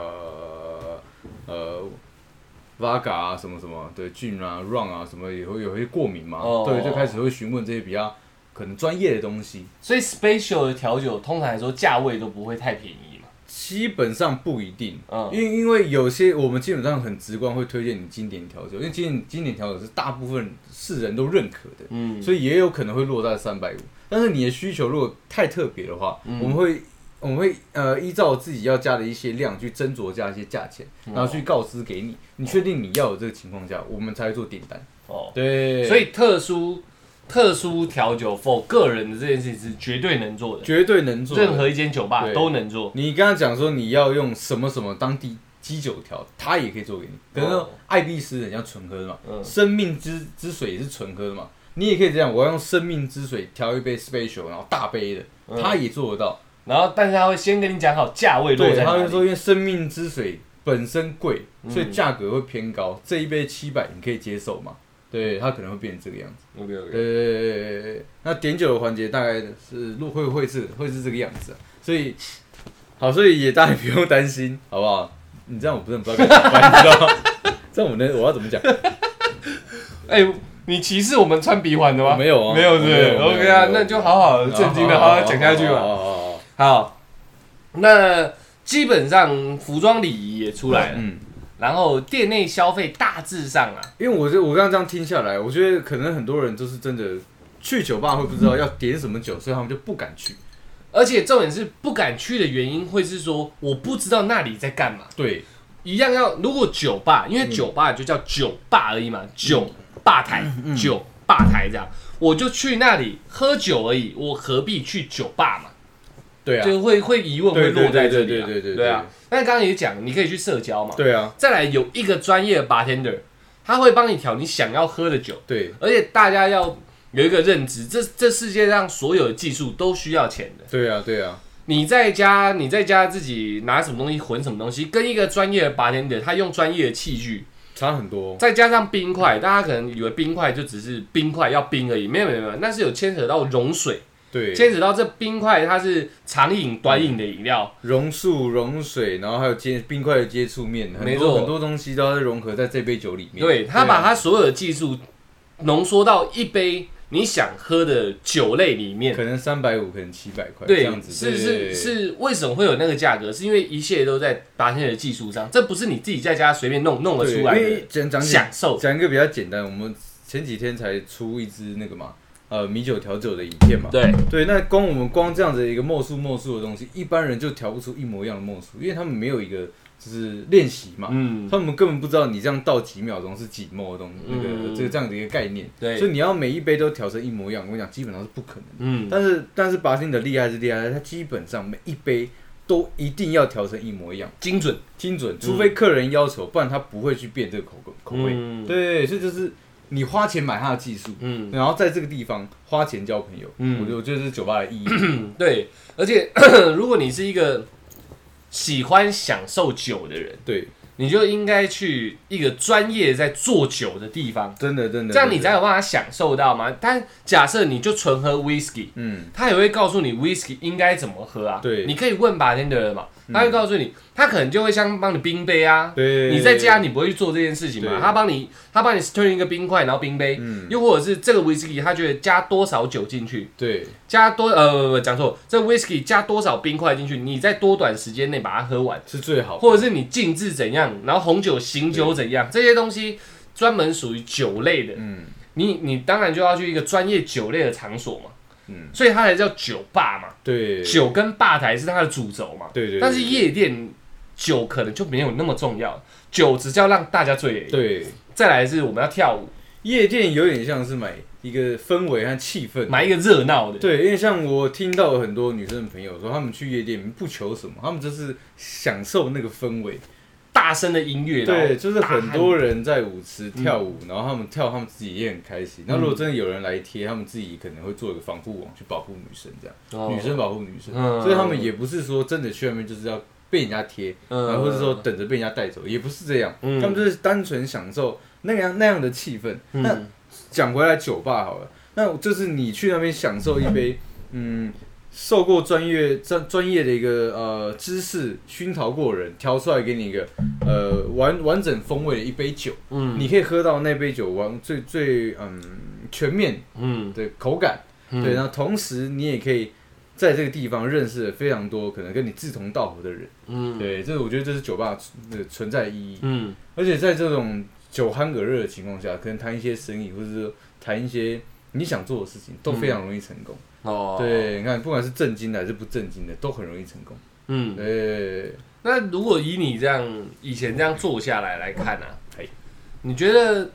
Vodka 啊，什么对 Gin 啊 Rum 啊，什么也会有些过敏嘛，对，就开始会询问这些比较可能专业的东西。 所以 special 的调酒通常来说价位都不会太便宜嘛。 基本上不一定，因为有些我们基本上很直观会推荐你经典调酒，因为经典调酒是大部分世人都认可的，所以也有可能会落在350。但是你的需求如果太特别的话，我们会依照自己要加的一些量去斟酌加一些价钱，然后去告知给你，你确定你要有这个情况下，我们才会做点单。对， 所以特殊调酒 for 个人的这件事情是绝对能做的， 绝对能做， 任何一间酒吧都能做。 你刚刚讲说你要用什么当地基酒调，他也可以做给你。可能说艾必斯人家纯喝的嘛，生命之水也是纯喝的嘛，你也可以这样，我要用生命之水调一杯 special， 然后大杯的，他也做得到。 然后，但是他会先跟你讲好价位落在哪里。 对，他会说，因为生命之水本身贵，所以价格会偏高。这一杯700，你可以接受吗？对，他可能会变成这个样子。 OK。 对，那点酒的环节大概是会是这个样子，所以也大家不用担心，好不好？你这样我不知道该怎么办，你知道吗？这样我要怎么讲？ 你歧视我们穿鼻环的吗？ 没有啊， 没有对 OK 啊，那就好好正经的好好讲下去吧。好，那基本上服装礼仪也出来了，然后店内消费大致上啊， 因为我刚刚这样听下来，我觉得可能很多人都是真的去酒吧会不知道要点什么酒，所以他们就不敢去。 而且重点是不敢去的原因会是说我不知道那里在干嘛。 对， 一样如果酒吧，因为酒吧就叫酒吧而已嘛，酒吧台，酒吧台这样，我就去那里喝酒而已，我何必去酒吧嘛？ 对啊， 就会疑问会落在这里啊， 对啊。但刚刚也讲，你可以去社交嘛， 对啊。 再来有一个专业的 bartender， 他会帮你调你想要喝的酒， 对。 而且大家要有一个认知，这世界上所有的技术都需要钱的。 对啊。 你在家自己拿什么东西混什么东西，跟一个专业的 bartender， 他用专业的器具， 差很多。 再加上冰块，大家可能以为冰块就只是冰块要冰而已，没有，那是有牵扯到溶水。 对， 牵扯到这冰块，它是长饮、短饮的饮料， 溶素、溶水，然后还有冰块的接触面，很多东西都要融合在这杯酒里面。 对，他把他所有的技术浓缩到一杯你想喝的酒类里面， 可能350，可能700块， 对， 这样子。 是为什么会有那个价格？是因为一切都在bartender的技术上，这不是你自己在家随便弄得出来的享受。 讲一个比较简单，我们前几天才出一支那个嘛。米酒调酒的影片嘛，对，那我们这样子一个墨数的东西，一般人就调不出一模一样的墨数，因为他们没有一个就是练习嘛，他们根本不知道你这样倒几秒钟是几墨的东西，那个这样的一个概念， 对， 所以你要每一杯都调成一模一样，我跟你讲，基本上是不可能，但是bartender厉害是厉害，他基本上每一杯都一定要调成一模一样， 精准， 除非客人要求，不然他不会去变这个口味，对，所以就是。你花钱买他的技术，然后在这个地方花钱交朋友，我觉得是酒吧的意义。 对，而且如果你是一个喜欢享受酒的人， 对， 你就应该去一个专业在做酒的地方， 真的， 这样你才有办法享受到嘛。但假设你就纯喝 whisky，他也会告诉你 whisky 应该怎么喝啊。 对， 你可以问bartender嘛。他会告诉你，他可能就会像帮你冰杯啊。 对， 你在家你不会去做这件事情嘛？他帮你 stir 一个冰块，然后冰杯。又或者是这个 whisky， 他觉得加多少酒进去？ 对， 讲错，这 whisky 加多少冰块进去，你在多短时间内把它喝完是最好的。 或者是你静置怎样，然后红酒、醒酒怎样，这些东西专门属于酒类的。你当然就要去一个专业酒类的场所嘛。所以它才叫酒吧嘛， 对， 酒跟吧台是它的主轴嘛， 对。 但是夜店酒可能就没有那么重要，酒只是要让大家醉而已。 对， 再来是我们要跳舞， 夜店有点像是买一个氛围和气氛， 买一个热闹的。 对，因为像我听到很多女生的朋友说，他们去夜店不求什么，他们就是享受那个氛围。 大声的音乐， 对，就是很多人在舞池跳舞，然后他们跳，他们自己也很开心。那如果真的有人来贴，他们自己可能会做一个防护网去保护女生，这样，女生保护女生，所以他们也不是说真的去外面就是要被人家贴，然后或者说等着被人家带走，也不是这样，他们就是单纯享受那样的气氛。那讲回来酒吧好了，那就是你去那边享受一杯，受过专业的一个知识熏陶过人调出来给你一个完整风味的一杯酒，你可以喝到那杯酒最全面的口感，对，然后同时你也可以在这个地方认识了非常多可能跟你志同道合的人，对，我觉得这是酒吧的存在意义，而且在这种酒酣耳热的情况下，可能谈一些生意或者是谈一些你想做的事情都非常容易成功。对，你看，不管是正经的还是不正经的，都很容易成功。对。 那如果以你这样以前这样做下来看啊，你觉得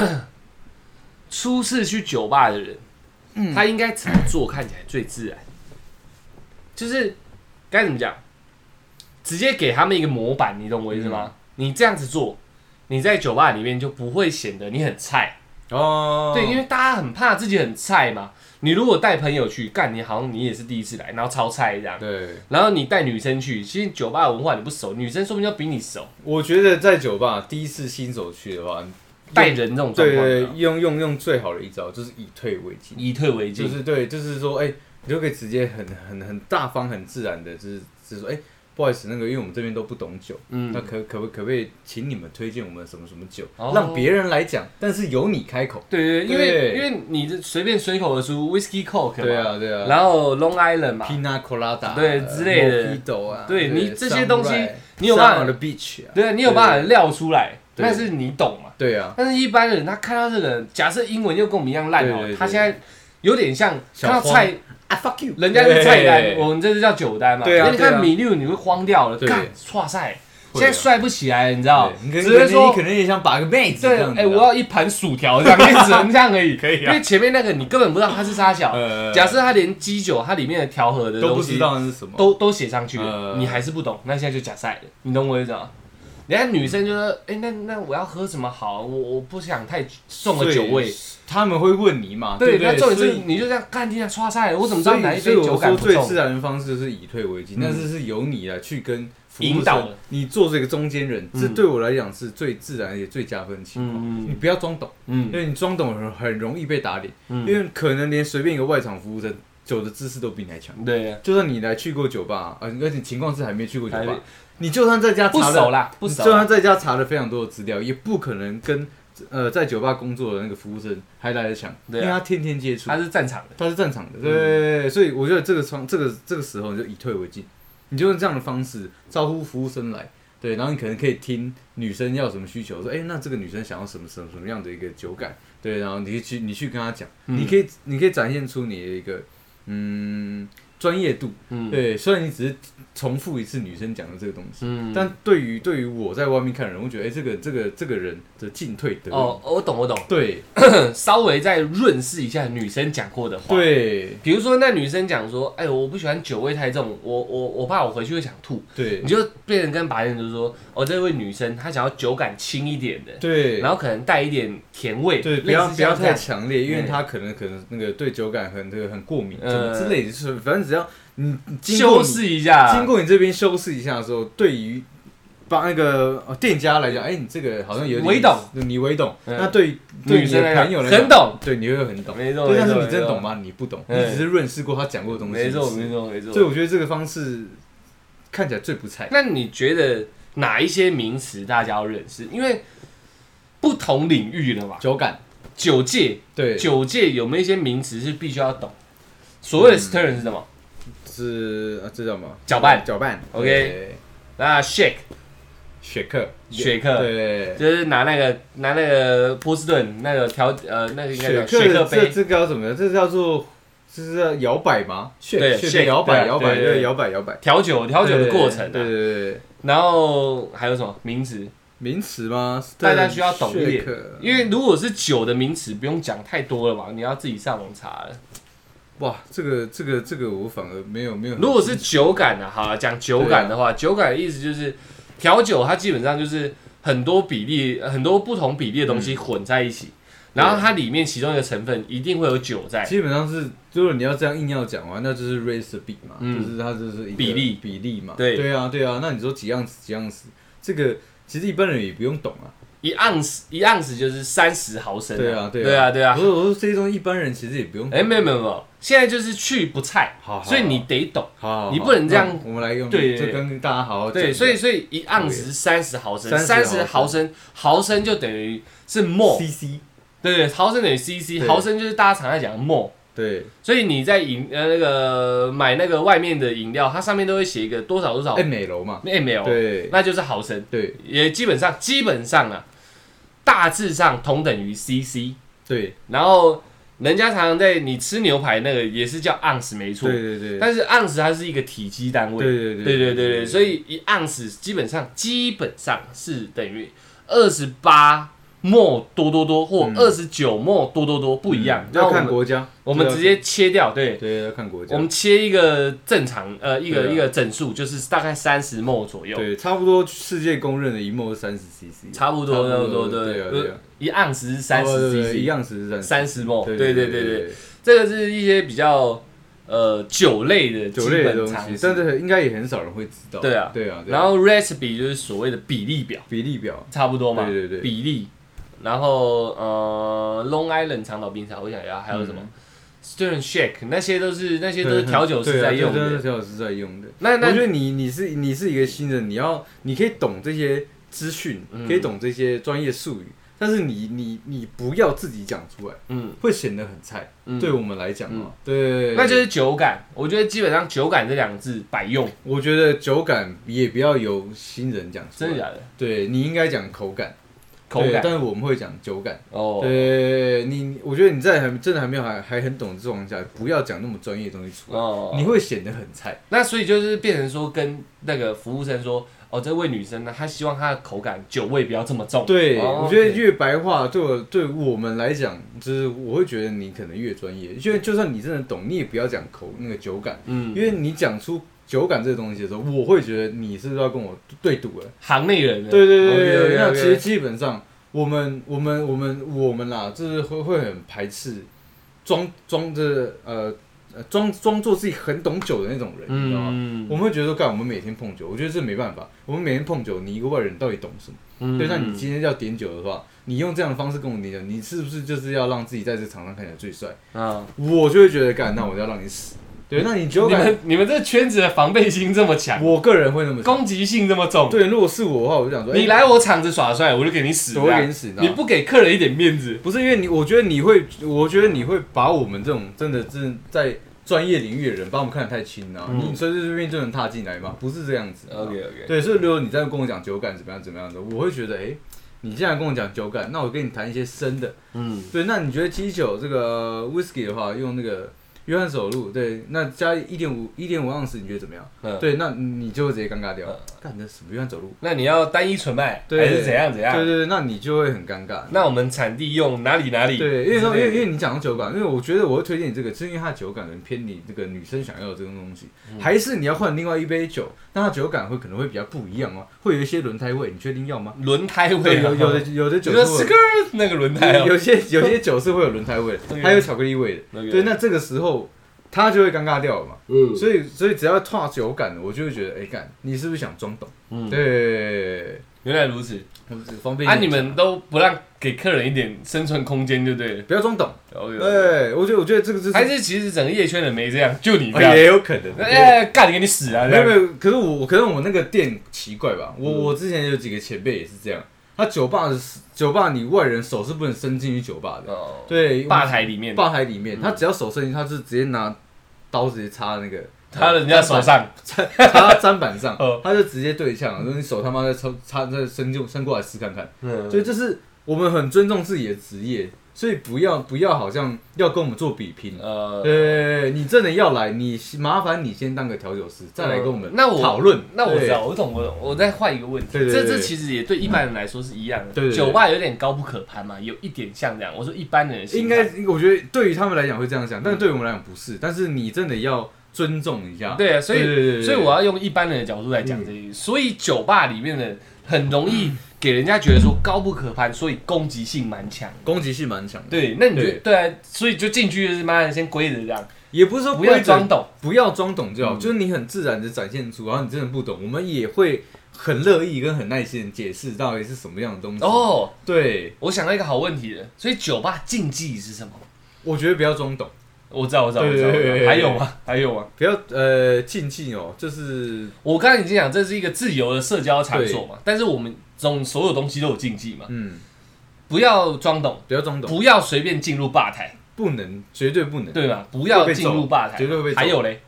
初次去酒吧的人，他应该怎么做看起来最自然？就是该怎么讲？直接给他们一个模板，你懂我意思吗？你这样子做，你在酒吧里面就不会显得你很菜。对，因为大家很怕自己很菜嘛。你如果带朋友去干，你好像你也是第一次来，然后超菜这样。对。然后你带女生去，其实酒吧文化你不熟，女生说不定要比你熟。 我觉得在酒吧第一次新手去的话， 带人这种状况， 对，用最好的一招就是以退为进。 以退为进， 就是对，就是说，你就可以直接很大方、很自然的，就是说，不好意思，因为我们这边都不懂酒，那可不可以请你们推荐我们什么什么酒，让别人来讲，但是由你开口。 对，因为你随便随口而出 ，Whisky Coke 嘛， 对啊， 然后 Long Island 嘛 ，Pina Colada 对之类的，对你这些东西，你有办法，对，你有办法撂出来，但是你懂嘛？ 对啊。 但是一般人他看到这个人，假设英文又跟我们一样烂哦，他现在有点像看到菜。 fuck you， 人家是菜单，我们这是叫酒单嘛。 对啊， 你看米六你会慌掉了，干，哇塞，现在帅不起来，你知道？ 只是说你可能也想把个妹子。 对，我要一盘薯条这样，你只能这样而已。 可以因为前面那个你根本不知道它是啥小。假设它连基酒它里面的调和的东西都不知道是什么， 都写上去了，你还是不懂，那现在就假赛了，你懂我意思吗？人家女生就说：“那我要喝什么好？我不想太重的酒味。” 他们会问你嘛？ 对，那重点是你就这样干，你刷菜，我怎么知道哪一杯酒感不重？ 所以我说最自然的方式就是以退为进，但是由你来去跟引导， 你做这个中间人，这对我来讲是最自然也最加分的情况。你不要装懂，因为你装懂很容易被打脸，因为可能连随便一个外场服务生酒的知识都比你还强。 对， 就算你去过酒吧，而且情况是还没去过酒吧，你就算在家查不熟啦，就算在家查了非常多的资料，也不可能跟在酒吧工作的那个服务生还来得强，因为他天天接触， 他是战场的，对，所以我觉得这个时候你就以退为进。你就用这样的方式招呼服务生来，对，然后你可能可以听女生要什么需求，说，那这个女生想要什么样的一个酒感，对，然后你去跟她讲，你可以展现出你的一个专业度，对，虽然你只是重复一次女生讲的这个东西，但对于我在外面看的人，我觉得，这个人的进退得哦，我懂， 对， 稍微再润饰一下女生讲过的话， 对， 比如说那女生讲说，我不喜欢酒味太重，我怕我回去会想吐， 对， 你就变成跟白人就是说，这位女生她想要酒感轻一点的， 对， 然后可能带一点甜味， 对，不要太强烈，因为她可能那个对酒感很过敏，什么之类的，就是反正只要你修饰一下， 经过你这边修饰一下的时候，对于把那个店家来讲，你这个好像有点微懂， 你微懂，那对女生朋友来讲很懂， 对，你会很懂， 没错， 但是你真的懂吗？你不懂，你只是润饰过他讲过的东西， 没错。 所以我觉得这个方式看起来最不菜。 那你觉得哪一些名词大家要认识？因为不同领域了嘛， 酒感、 酒界， 对， 酒界有没有一些名词是必须要懂？所谓的 stir 是什么？ 这叫什么？ 搅拌。OK， 那 shake， 雪克， 对，就是拿那个波士顿那个那个应该叫雪克杯， 这个叫什么？这叫做摇摆吗？ 对， 摇摆，对，摇摆。 调酒的过程， 对。 然后还有什么名词吗？ 大家需要懂一点，因为如果是酒的名词，不用讲太多了嘛，你要自己上网查了。 哇，这个我反而没有。 如果是酒感的，好了，讲酒感的话，酒感的意思就是调酒，它基本上就是很多不同比例的东西混在一起，然后它里面其中一个成分一定会有酒在。 基本上是，如果你要这样硬要讲的话，那就是 recipe 嘛，就是它就是一个比例嘛。 对啊。那你说几样子，这个其实一般人也不用懂啊。 一盎司就是30毫升。 对啊。我说这些东西一般人其实也不用懂。 没有，现在就是去不菜，所以你得懂。你不能这样。 我们来用， 对， 就跟大家好好讲。 对，所以一盎司是30毫升，30毫升就等于是 more。对，毫升等于 cc， 毫升就是大家常在讲 more。 对， 所以你在买那个外面的饮料，它上面都会写一个多少 ml 嘛 ，ml， 对， 那就是毫升。 对， 也基本上啊，大致上同等于 cc。 对， 然后人家常常在你吃牛排那个也是叫盎司没错， 对。 但是盎司它是一个体积单位，对，所以一盎司基本上是等于28。沫多或29沫多不一样， 要看国家。 我们直接切掉，对， 要看国家。 我们切一个正常，一个整数，就是大概30沫左右。 对，差不多世界公认的一沫是30 cc。 差不多，对。一盎司是30 cc， 一盎司是 30沫。对，这个是一些比较酒类的东西， 但是应该也很少人会知道。对啊。 然后 recipe 就是所谓的比例表，差不多嘛。 对， 比例。然后Long Island 长岛冰茶，我想要还有什么 Stern Shake， 那些都是调酒师在用的。 调酒师在用的。那我觉得你是一个新人，你可以懂这些资讯，可以懂这些专业术语，但是你不要自己讲出来，会显得很菜。对我们来讲嘛，对， 那就是酒感。我觉得基本上酒感这2个字百用。 我觉得酒感也不要由新人讲出来， 真的假的？ 对，你应该讲口感。但是我们会讲酒感。对，我觉得你在真的还没有还很懂的状况下，不要讲那么专业的东西出来，你会显得很菜。 那所以就是变成说，跟那个服务生说，这位女生呢，她希望她的口感酒味不要这么重。 对，我觉得越白话对我们来讲，就是我会觉得你可能越专业，因为就算你真的懂，你也不要讲那个酒感，因为你讲出酒感这个东西的时候，我会觉得你是不是要跟我对赌了？ 行内人。 对，那其实基本上我们啦，就是会很排斥装着装作自己很懂酒的那种人，你知道吗？我们会觉得说，干我们每天碰酒，我觉得这没办法。我们每天碰酒，你一个外人到底懂什么？对，那你今天要点酒的话，你用这样的方式跟我点酒，你是不是就是要让自己在这场上看起来最帅？我就会觉得，干，那我要让你死。对，那你酒感， 你们这圈子的防备心这么强， 我个人会那么攻击性这么重。 对，如果是我的话，我就想说， 你来我场子耍帅，我就给你死， 我会给你死。 你不给客人一点面子， 不是因为你，我觉得你会把我们这种真的是在专业领域的人，把我们看得太轻啊。你随便就能踏进来吗？不是这样子。 OK。 对，所以如果你在跟我讲酒感怎么样的，我会觉得，你现在跟我讲酒感，那我跟你谈一些深的。对，那你觉得基酒这个 whisky 的话，用那个约翰手路，对，那加1.5盎司，你觉得怎么样？对，那你就会直接尴尬掉。干的什么约翰走路？ 那你要单一纯麦还是怎样？ 对，那你就会很尴尬。 那我们产地用哪里？ 对，因为你讲到酒感，因为我觉得我会推荐你这个，是因为它酒感能偏你这个女生想要的这种东西，还是你要换另外一杯酒，那它酒感可能会比较不一样哦，会有一些轮胎味，你确定要吗？ 轮胎味， 有的酒是那个轮胎， 有些酒是会有轮胎味的，还有巧克力味的。对，那这个时候他就会尴尬掉了嘛。所以只要踏酒感，我就会觉得，干，你是不是想装懂？对， 原来如此。 方便你们都不让给客人一点生存空间，就对了， 不要装懂。对，我觉得这个是还是其实整个夜圈人没这样，就你这样也有可能。 干你给你死啊！ 没有，可是我那个店奇怪吧？我之前有几个前辈也是这样。他酒吧你外人手是不能伸进去酒吧的。对， 吧台里面， 他只要手伸进去，他是直接拿刀直接插那个。 插人家手上， 插砧板上，他就直接对呛，说你手他妈再伸过来试看看。所以这是我们很尊重自己的职业，所以不要好像要跟我们做比拼。对，你真的要来，你麻烦你先当个调酒师，再来跟我们讨论。 那我知道，我懂。我再换一个问题，这其实也对一般人来说是一样的。酒吧有点高不可攀嘛，有一点像这样。我说一般人的心态， 应该我觉得对于他们来讲会这样想，但是对于我们来讲不是。但是你真的要尊重一下。 对啊，所以我要用一般人的角度来讲这些。所以酒吧里面的很容易给人家觉得说高不可攀，所以攻击性蛮强。对，那你觉得对啊？所以就进去就是妈的先归着这样， 也不是说不要装懂， 不要装懂就好，就是你很自然的展现出，然后你真的不懂，我们也会很乐意跟很耐心的解释到底是什么样的东西。对， 我想到一个好问题了，所以酒吧禁忌是什么？ 我觉得不要装懂。 我知道。还有吗？ 不要禁忌哦，就是我刚才已经讲，这是一个自由的社交场所嘛，但是我们所有东西都有禁忌嘛。不要装懂，不要随便进入吧台， 不能，绝对不能， 对吧？不要进入吧台， 绝对会被揍。 还有嘞，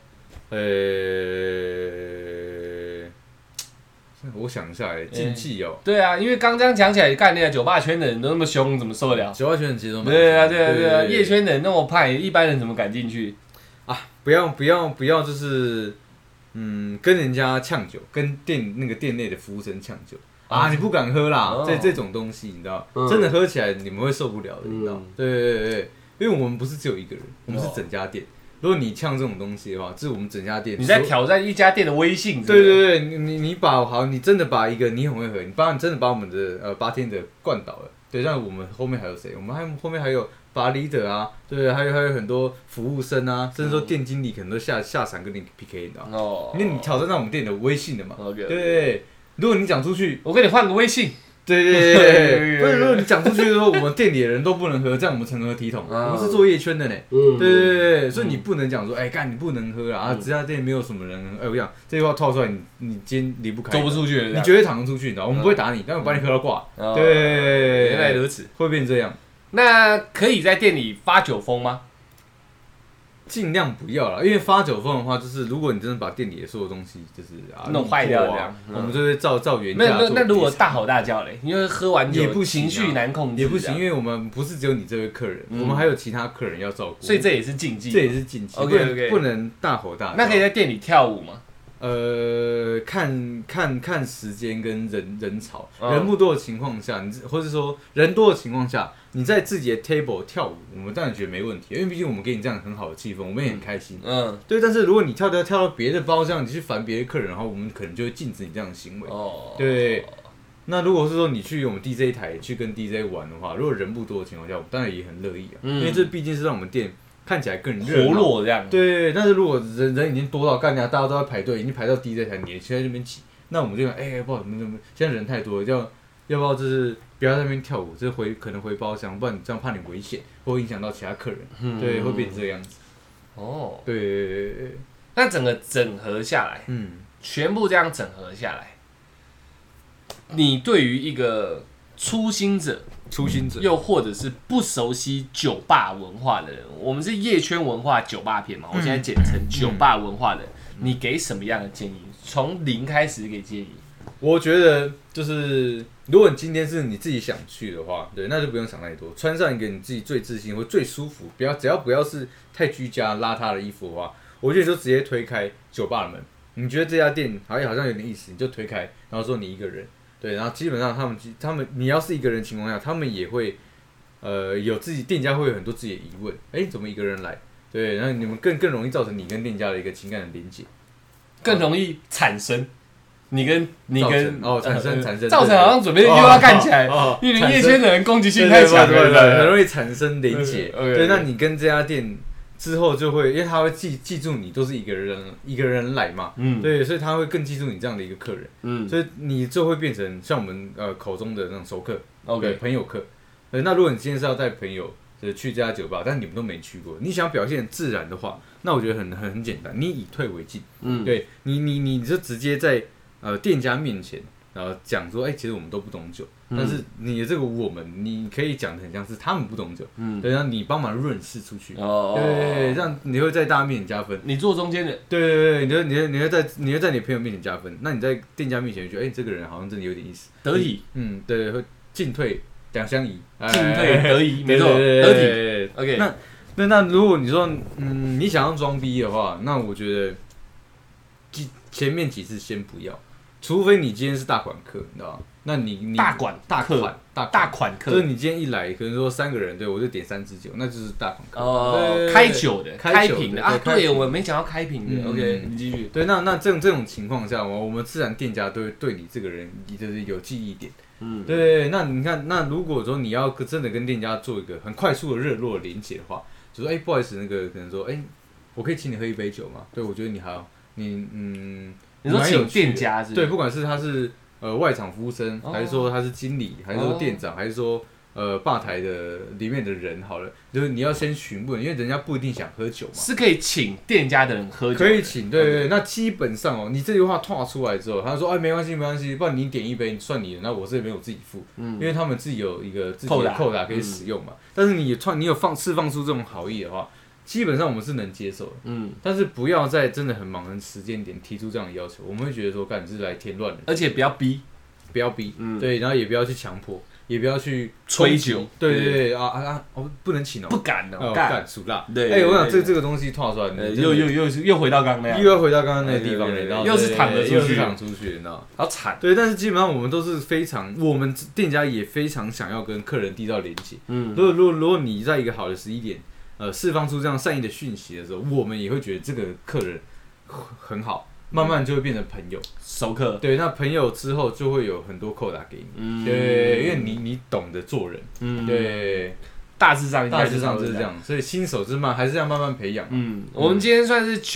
我想一下，禁忌哦。 对啊，因为刚刚讲起来，干那个酒吧圈的人都那么凶，怎么受得了？ 酒吧圈人其实都蛮对啊，夜圈的人那么派，一般人怎么敢进去啊？不要，就是跟人家呛酒，跟那个店内的服务生呛酒啊！你不敢喝啦，这种东西你知道，真的喝起来你们会受不了的，你知道？对，因为我们不是只有一个人，我们是整家店。如果你呛这种东西的话，这是我们整家店。 你在挑战一家店的威信。 对，你真的把一个你很会喝，你真的把我们的bartender灌倒了。对，像我们后面还有谁？我们后面还有bar leader啊，对，还有很多服务生啊，甚至说店经理可能都下场跟你 PK， 你知道吗？因为你挑战到我们店的威信的嘛。对，如果你讲出去， 我给你换个威信。 对，不是如果你讲出去说我们店里的人都不能喝，这样我们成何体统？我们是做夜圈的呢。对，所以你不能讲说，干你不能喝啊，这家店没有什么人喝。我讲这句话套出来，你今天离不开， 走不出去， 你绝对躺得出去，你知道？我们不会打你，但我把你喝到挂。对， 原来如此， 会变这样。 那可以在店里发酒疯吗？ 尽量不要啦，因为发酒疯的话，就是如果你真的把店里的所有东西就是弄坏掉这样， 我们就会照原价做。 那如果大吼大叫嘞，因为喝完酒也不行， 情绪难控制， 也不行，因为我们不是只有你这位客人，我们还有其他客人要照顾， 所以这也是禁忌。 OK， 不能大吼大叫。 那可以在店里跳舞吗？ 看时间跟人潮，人不多的情况下，或者说人多的情况下，你在自己的 table 跳舞，我们当然觉得没问题，因为毕竟我们给你这样很好的气氛，我们也很开心。对。但是如果你跳到别的包厢，你去烦别的客人，然后我们可能就会禁止你这样的行为。对。那如果是说你去我们 DJ 台去跟 DJ 玩的话，如果人不多的情况下，我们当然也很乐意啊，因为这毕竟是让我们店看起来更热活络这样。 对，但是如果人已经多到大家都在排队，已经排到DJ台，你在那边挤，那我们就讲，不好，现在人太多了，要不要就是不要在那边跳舞，就是可能回包厢，不然你这样怕你危险，或影响到其他客人，对，会变成这样子。哦，对， 那整个整合下来，全部这样整合下来，你对于一个初心者，又或者是不熟悉酒吧文化的人，我们是夜圈文化酒吧篇嘛，我现在简称酒吧文化的人，你给什么样的建议？从零开始给建议。 我觉得就是，如果你今天是你自己想去的话，对，那就不用想太多，穿上一个你自己最自信或最舒服，只要不要是太居家邋遢的衣服的话，我觉得就直接推开酒吧的门。你觉得这家店好像有点意思，你就推开，然后说你一个人，对，然后基本上他们你要是一个人的情况下，他们也会有自己店家会有很多自己的疑问，怎么一个人来？对，然后你们更容易造成你跟店家的一个情感的连结， 更容易产生。你跟产生， 造成好像准备又要干起来，因为夜圈的人攻击性太强了， 对，很容易产生连结。对，那你跟这家店之后就会，因为他会记住你都是一个人来嘛，对，所以他会更记住你这样的一个客人，所以你就会变成像我们口中的那种熟客，对，朋友客。那如果你今天是要带朋友去这家酒吧，但你们都没去过，你想表现自然的话，那我觉得很简单，你以退为进，对你就直接在店家面前，然后讲说，其实我们都不懂酒，但是你的这个你可以讲的很像是他们不懂酒，对，然后你帮忙润饰出去，对，这样你会在大家面前加分。 你做中间人， 对，你会在你朋友面前加分，那你在店家面前觉得，这个人好像真的有点意思， 得体， 对，会进退两相宜， 进退得宜，没错，得体。OK， 那如果你说，你想要装逼的话，那我觉得前面几次先不要。除非你今天是大款客，你知道吗？那你大款客， 就是你今天一来，可能说3个人，对我就点3支酒，那就是大款客。开酒的，开瓶的啊，对，我没讲到开瓶的。OK， 你继续。 对，那这种情况下，我们自然店家都会对你这个人就是有记忆点。对，那你看，那如果说你要真的跟店家做一个很快速的热络的连结的话，就说不好意思，那个可能说我可以请你喝一杯酒吗？对，我觉得你说请店家是？ 对，不管是他是外场服务生，还是说他是经理，还是说店长，还是说吧台的里面的人，好了，就是你要先询问，因为人家不一定想喝酒嘛。 是可以请店家的人喝酒， 可以请，对。那基本上你这句话拓出来之后，他说没关系，不然你点一杯算你的，那我这边我自己付，因为他们自己有一个自己的扣打可以使用嘛。但是你有释放出这种好意的话，基本上我们是能接受的，但是不要在真的很忙的时间点提出这样的要求，我们会觉得说，干你是来添乱的， 而且不要逼， 对，然后也不要去强迫，也不要去吹酒， 对不能请不敢干属辣， 对， 我想这个东西套出来， 又回到刚刚那样， 又要回到刚刚那个地方了， 又是躺出去， 你知道， 好惨， 对，但是基本上我们都是我们店家也非常想要跟客人缔造连结，如果你在一个好的时机点。释放出这样善意的讯息的时候，我们也会觉得这个客人很好，慢慢就会变成朋友、 熟客。对， 那朋友之后就会有很多扣打给你，对，因为你懂得做人，对，大致上就是这样，所以新手还是要慢慢培养。 我们今天算是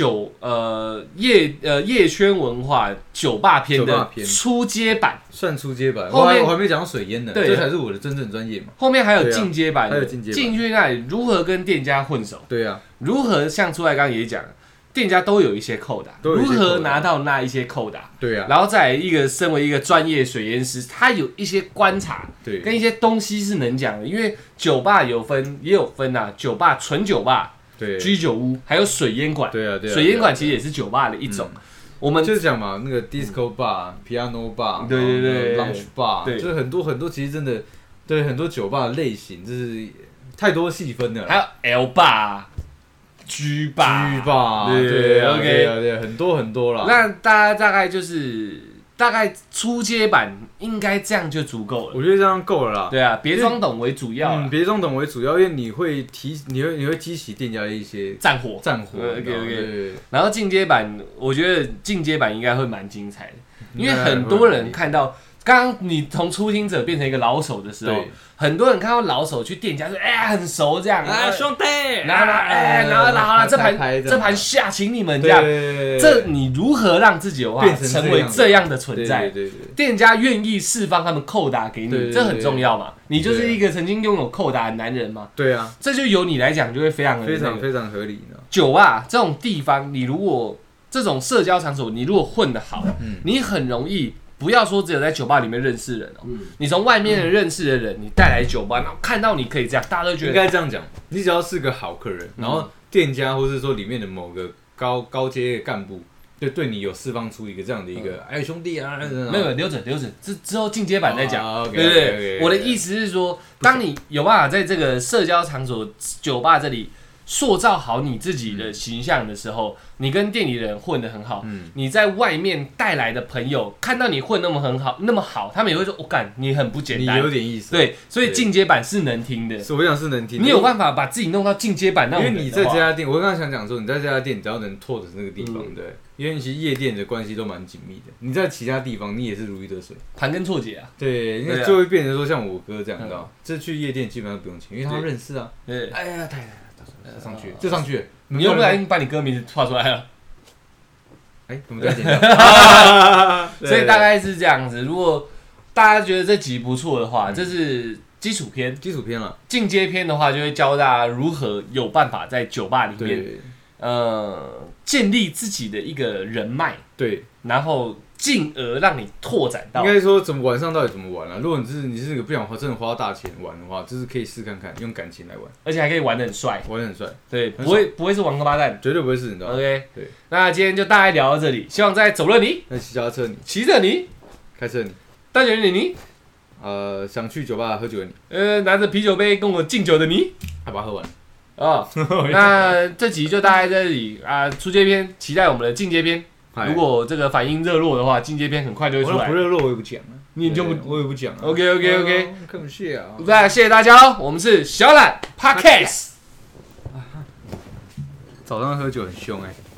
夜圈文化酒吧篇的初阶版， 算初阶版。我还没讲到水烟呢，这才是我的真正专业嘛。 后面还有进阶版，进去那里如何跟店家混熟？ 对啊， 如何像出来刚刚也讲，店家都有一些扣打，如何拿到那一些扣打？ 对啊， 然后再来身为一个专业水烟师，他有一些观察，对，跟一些东西是能讲的，因为酒吧也有分啊，酒吧纯酒吧。 对， 居酒屋还有水烟馆， 对啊， 水烟馆其实也是酒吧的一种。我们就是讲嘛，那个 disco bar、piano bar， 对 ，lounge bar， 就是很多，其实真的，对，很多酒吧的类型，就是太多细分了。 还有 L bar、G bar， 对 ，OK， 很多啦。 那大家大概初阶版应该这样就足够了。 我觉得这样够了啦。 对啊，别装懂为主要。 别装懂为主要，因为你会激起店家的一些战火。OK。然后进阶版，我觉得进阶版应该会蛮精彩的，因为很多人看到刚刚你从初心者变成一个老手的时候，很多人看到老手去店家说，很熟这样， 兄弟， 然后好了，这盘下请你们这样，这你如何让自己有办法成为这样的存在？店家愿意释放他们扣打给你，这很重要嘛。你就是一个曾经拥有扣打的男人嘛。 对啊， 这就由你来讲就会非常合理的。 酒吧这种地方，你如果这种社交场所，你如果混得好，你很容易。不要说只有在酒吧里面认识人你从外面认识的人，你带来酒吧，然后看到你可以这样，大家都觉得应该这样讲。你只要是个好客人，然后店家或是说里面的某个高阶干部，就对你有释放出一个这样的一个兄弟啊， 没有留着，之后进阶版再讲，对不对？我的意思是说，当你有办法在这个社交场所酒吧这里塑造好你自己的形象的时候，你跟店里人混得很好，你在外面带来的朋友看到你混那么好，他们也会说：“我干，你很不简单， 你有点意思。” 对，所以进阶版是能听的， 我想是能听的。 你有办法把自己弄到进阶版那种。 因为你在这家店，我刚刚想讲说，你在这家店只要能拓的那个地方，对，因为其实夜店的关系都蛮紧密的。你在其他地方，你也是如鱼得水， 盘根错节啊。 对，那就会变成说像我哥这样，你知道，这去夜店基本上不用钱，因为他认识啊。对，哎呀，太上去， 你又不然把你歌名字画出来了。 怎么在剪掉？ 所以大概是这样子。如果大家觉得这集不错的话，这是基础篇了。 进阶篇的话，就会教大家如何有办法在酒吧里面，建立自己的一个人脉。 对， 然后进而让你拓展到。 应该说晚上到底怎么玩啊？如果你是个不想真的花大钱玩的话，就是可以试看看，用感情来玩， 而且还可以玩得很帅，对，不会是王八蛋， 绝对不会是，你知道吗 ？OK， 对，那今天就大概聊到这里，希望在走了你， 骑脚踏车你， 骑着你， 开车你， 大学你， 想去酒吧喝酒的你， 拿着啤酒杯跟我敬酒的你， 还把它喝完。 那这集就大概在这里初阶篇，期待我们的进阶篇。如果这个反应热络的话，进阶篇很快就会出来。 不热络我也不讲了，我也不讲了。 OK， 看不谢啊！ 那谢谢大家哦，我们是小懒 Podcast。 早上喝酒很凶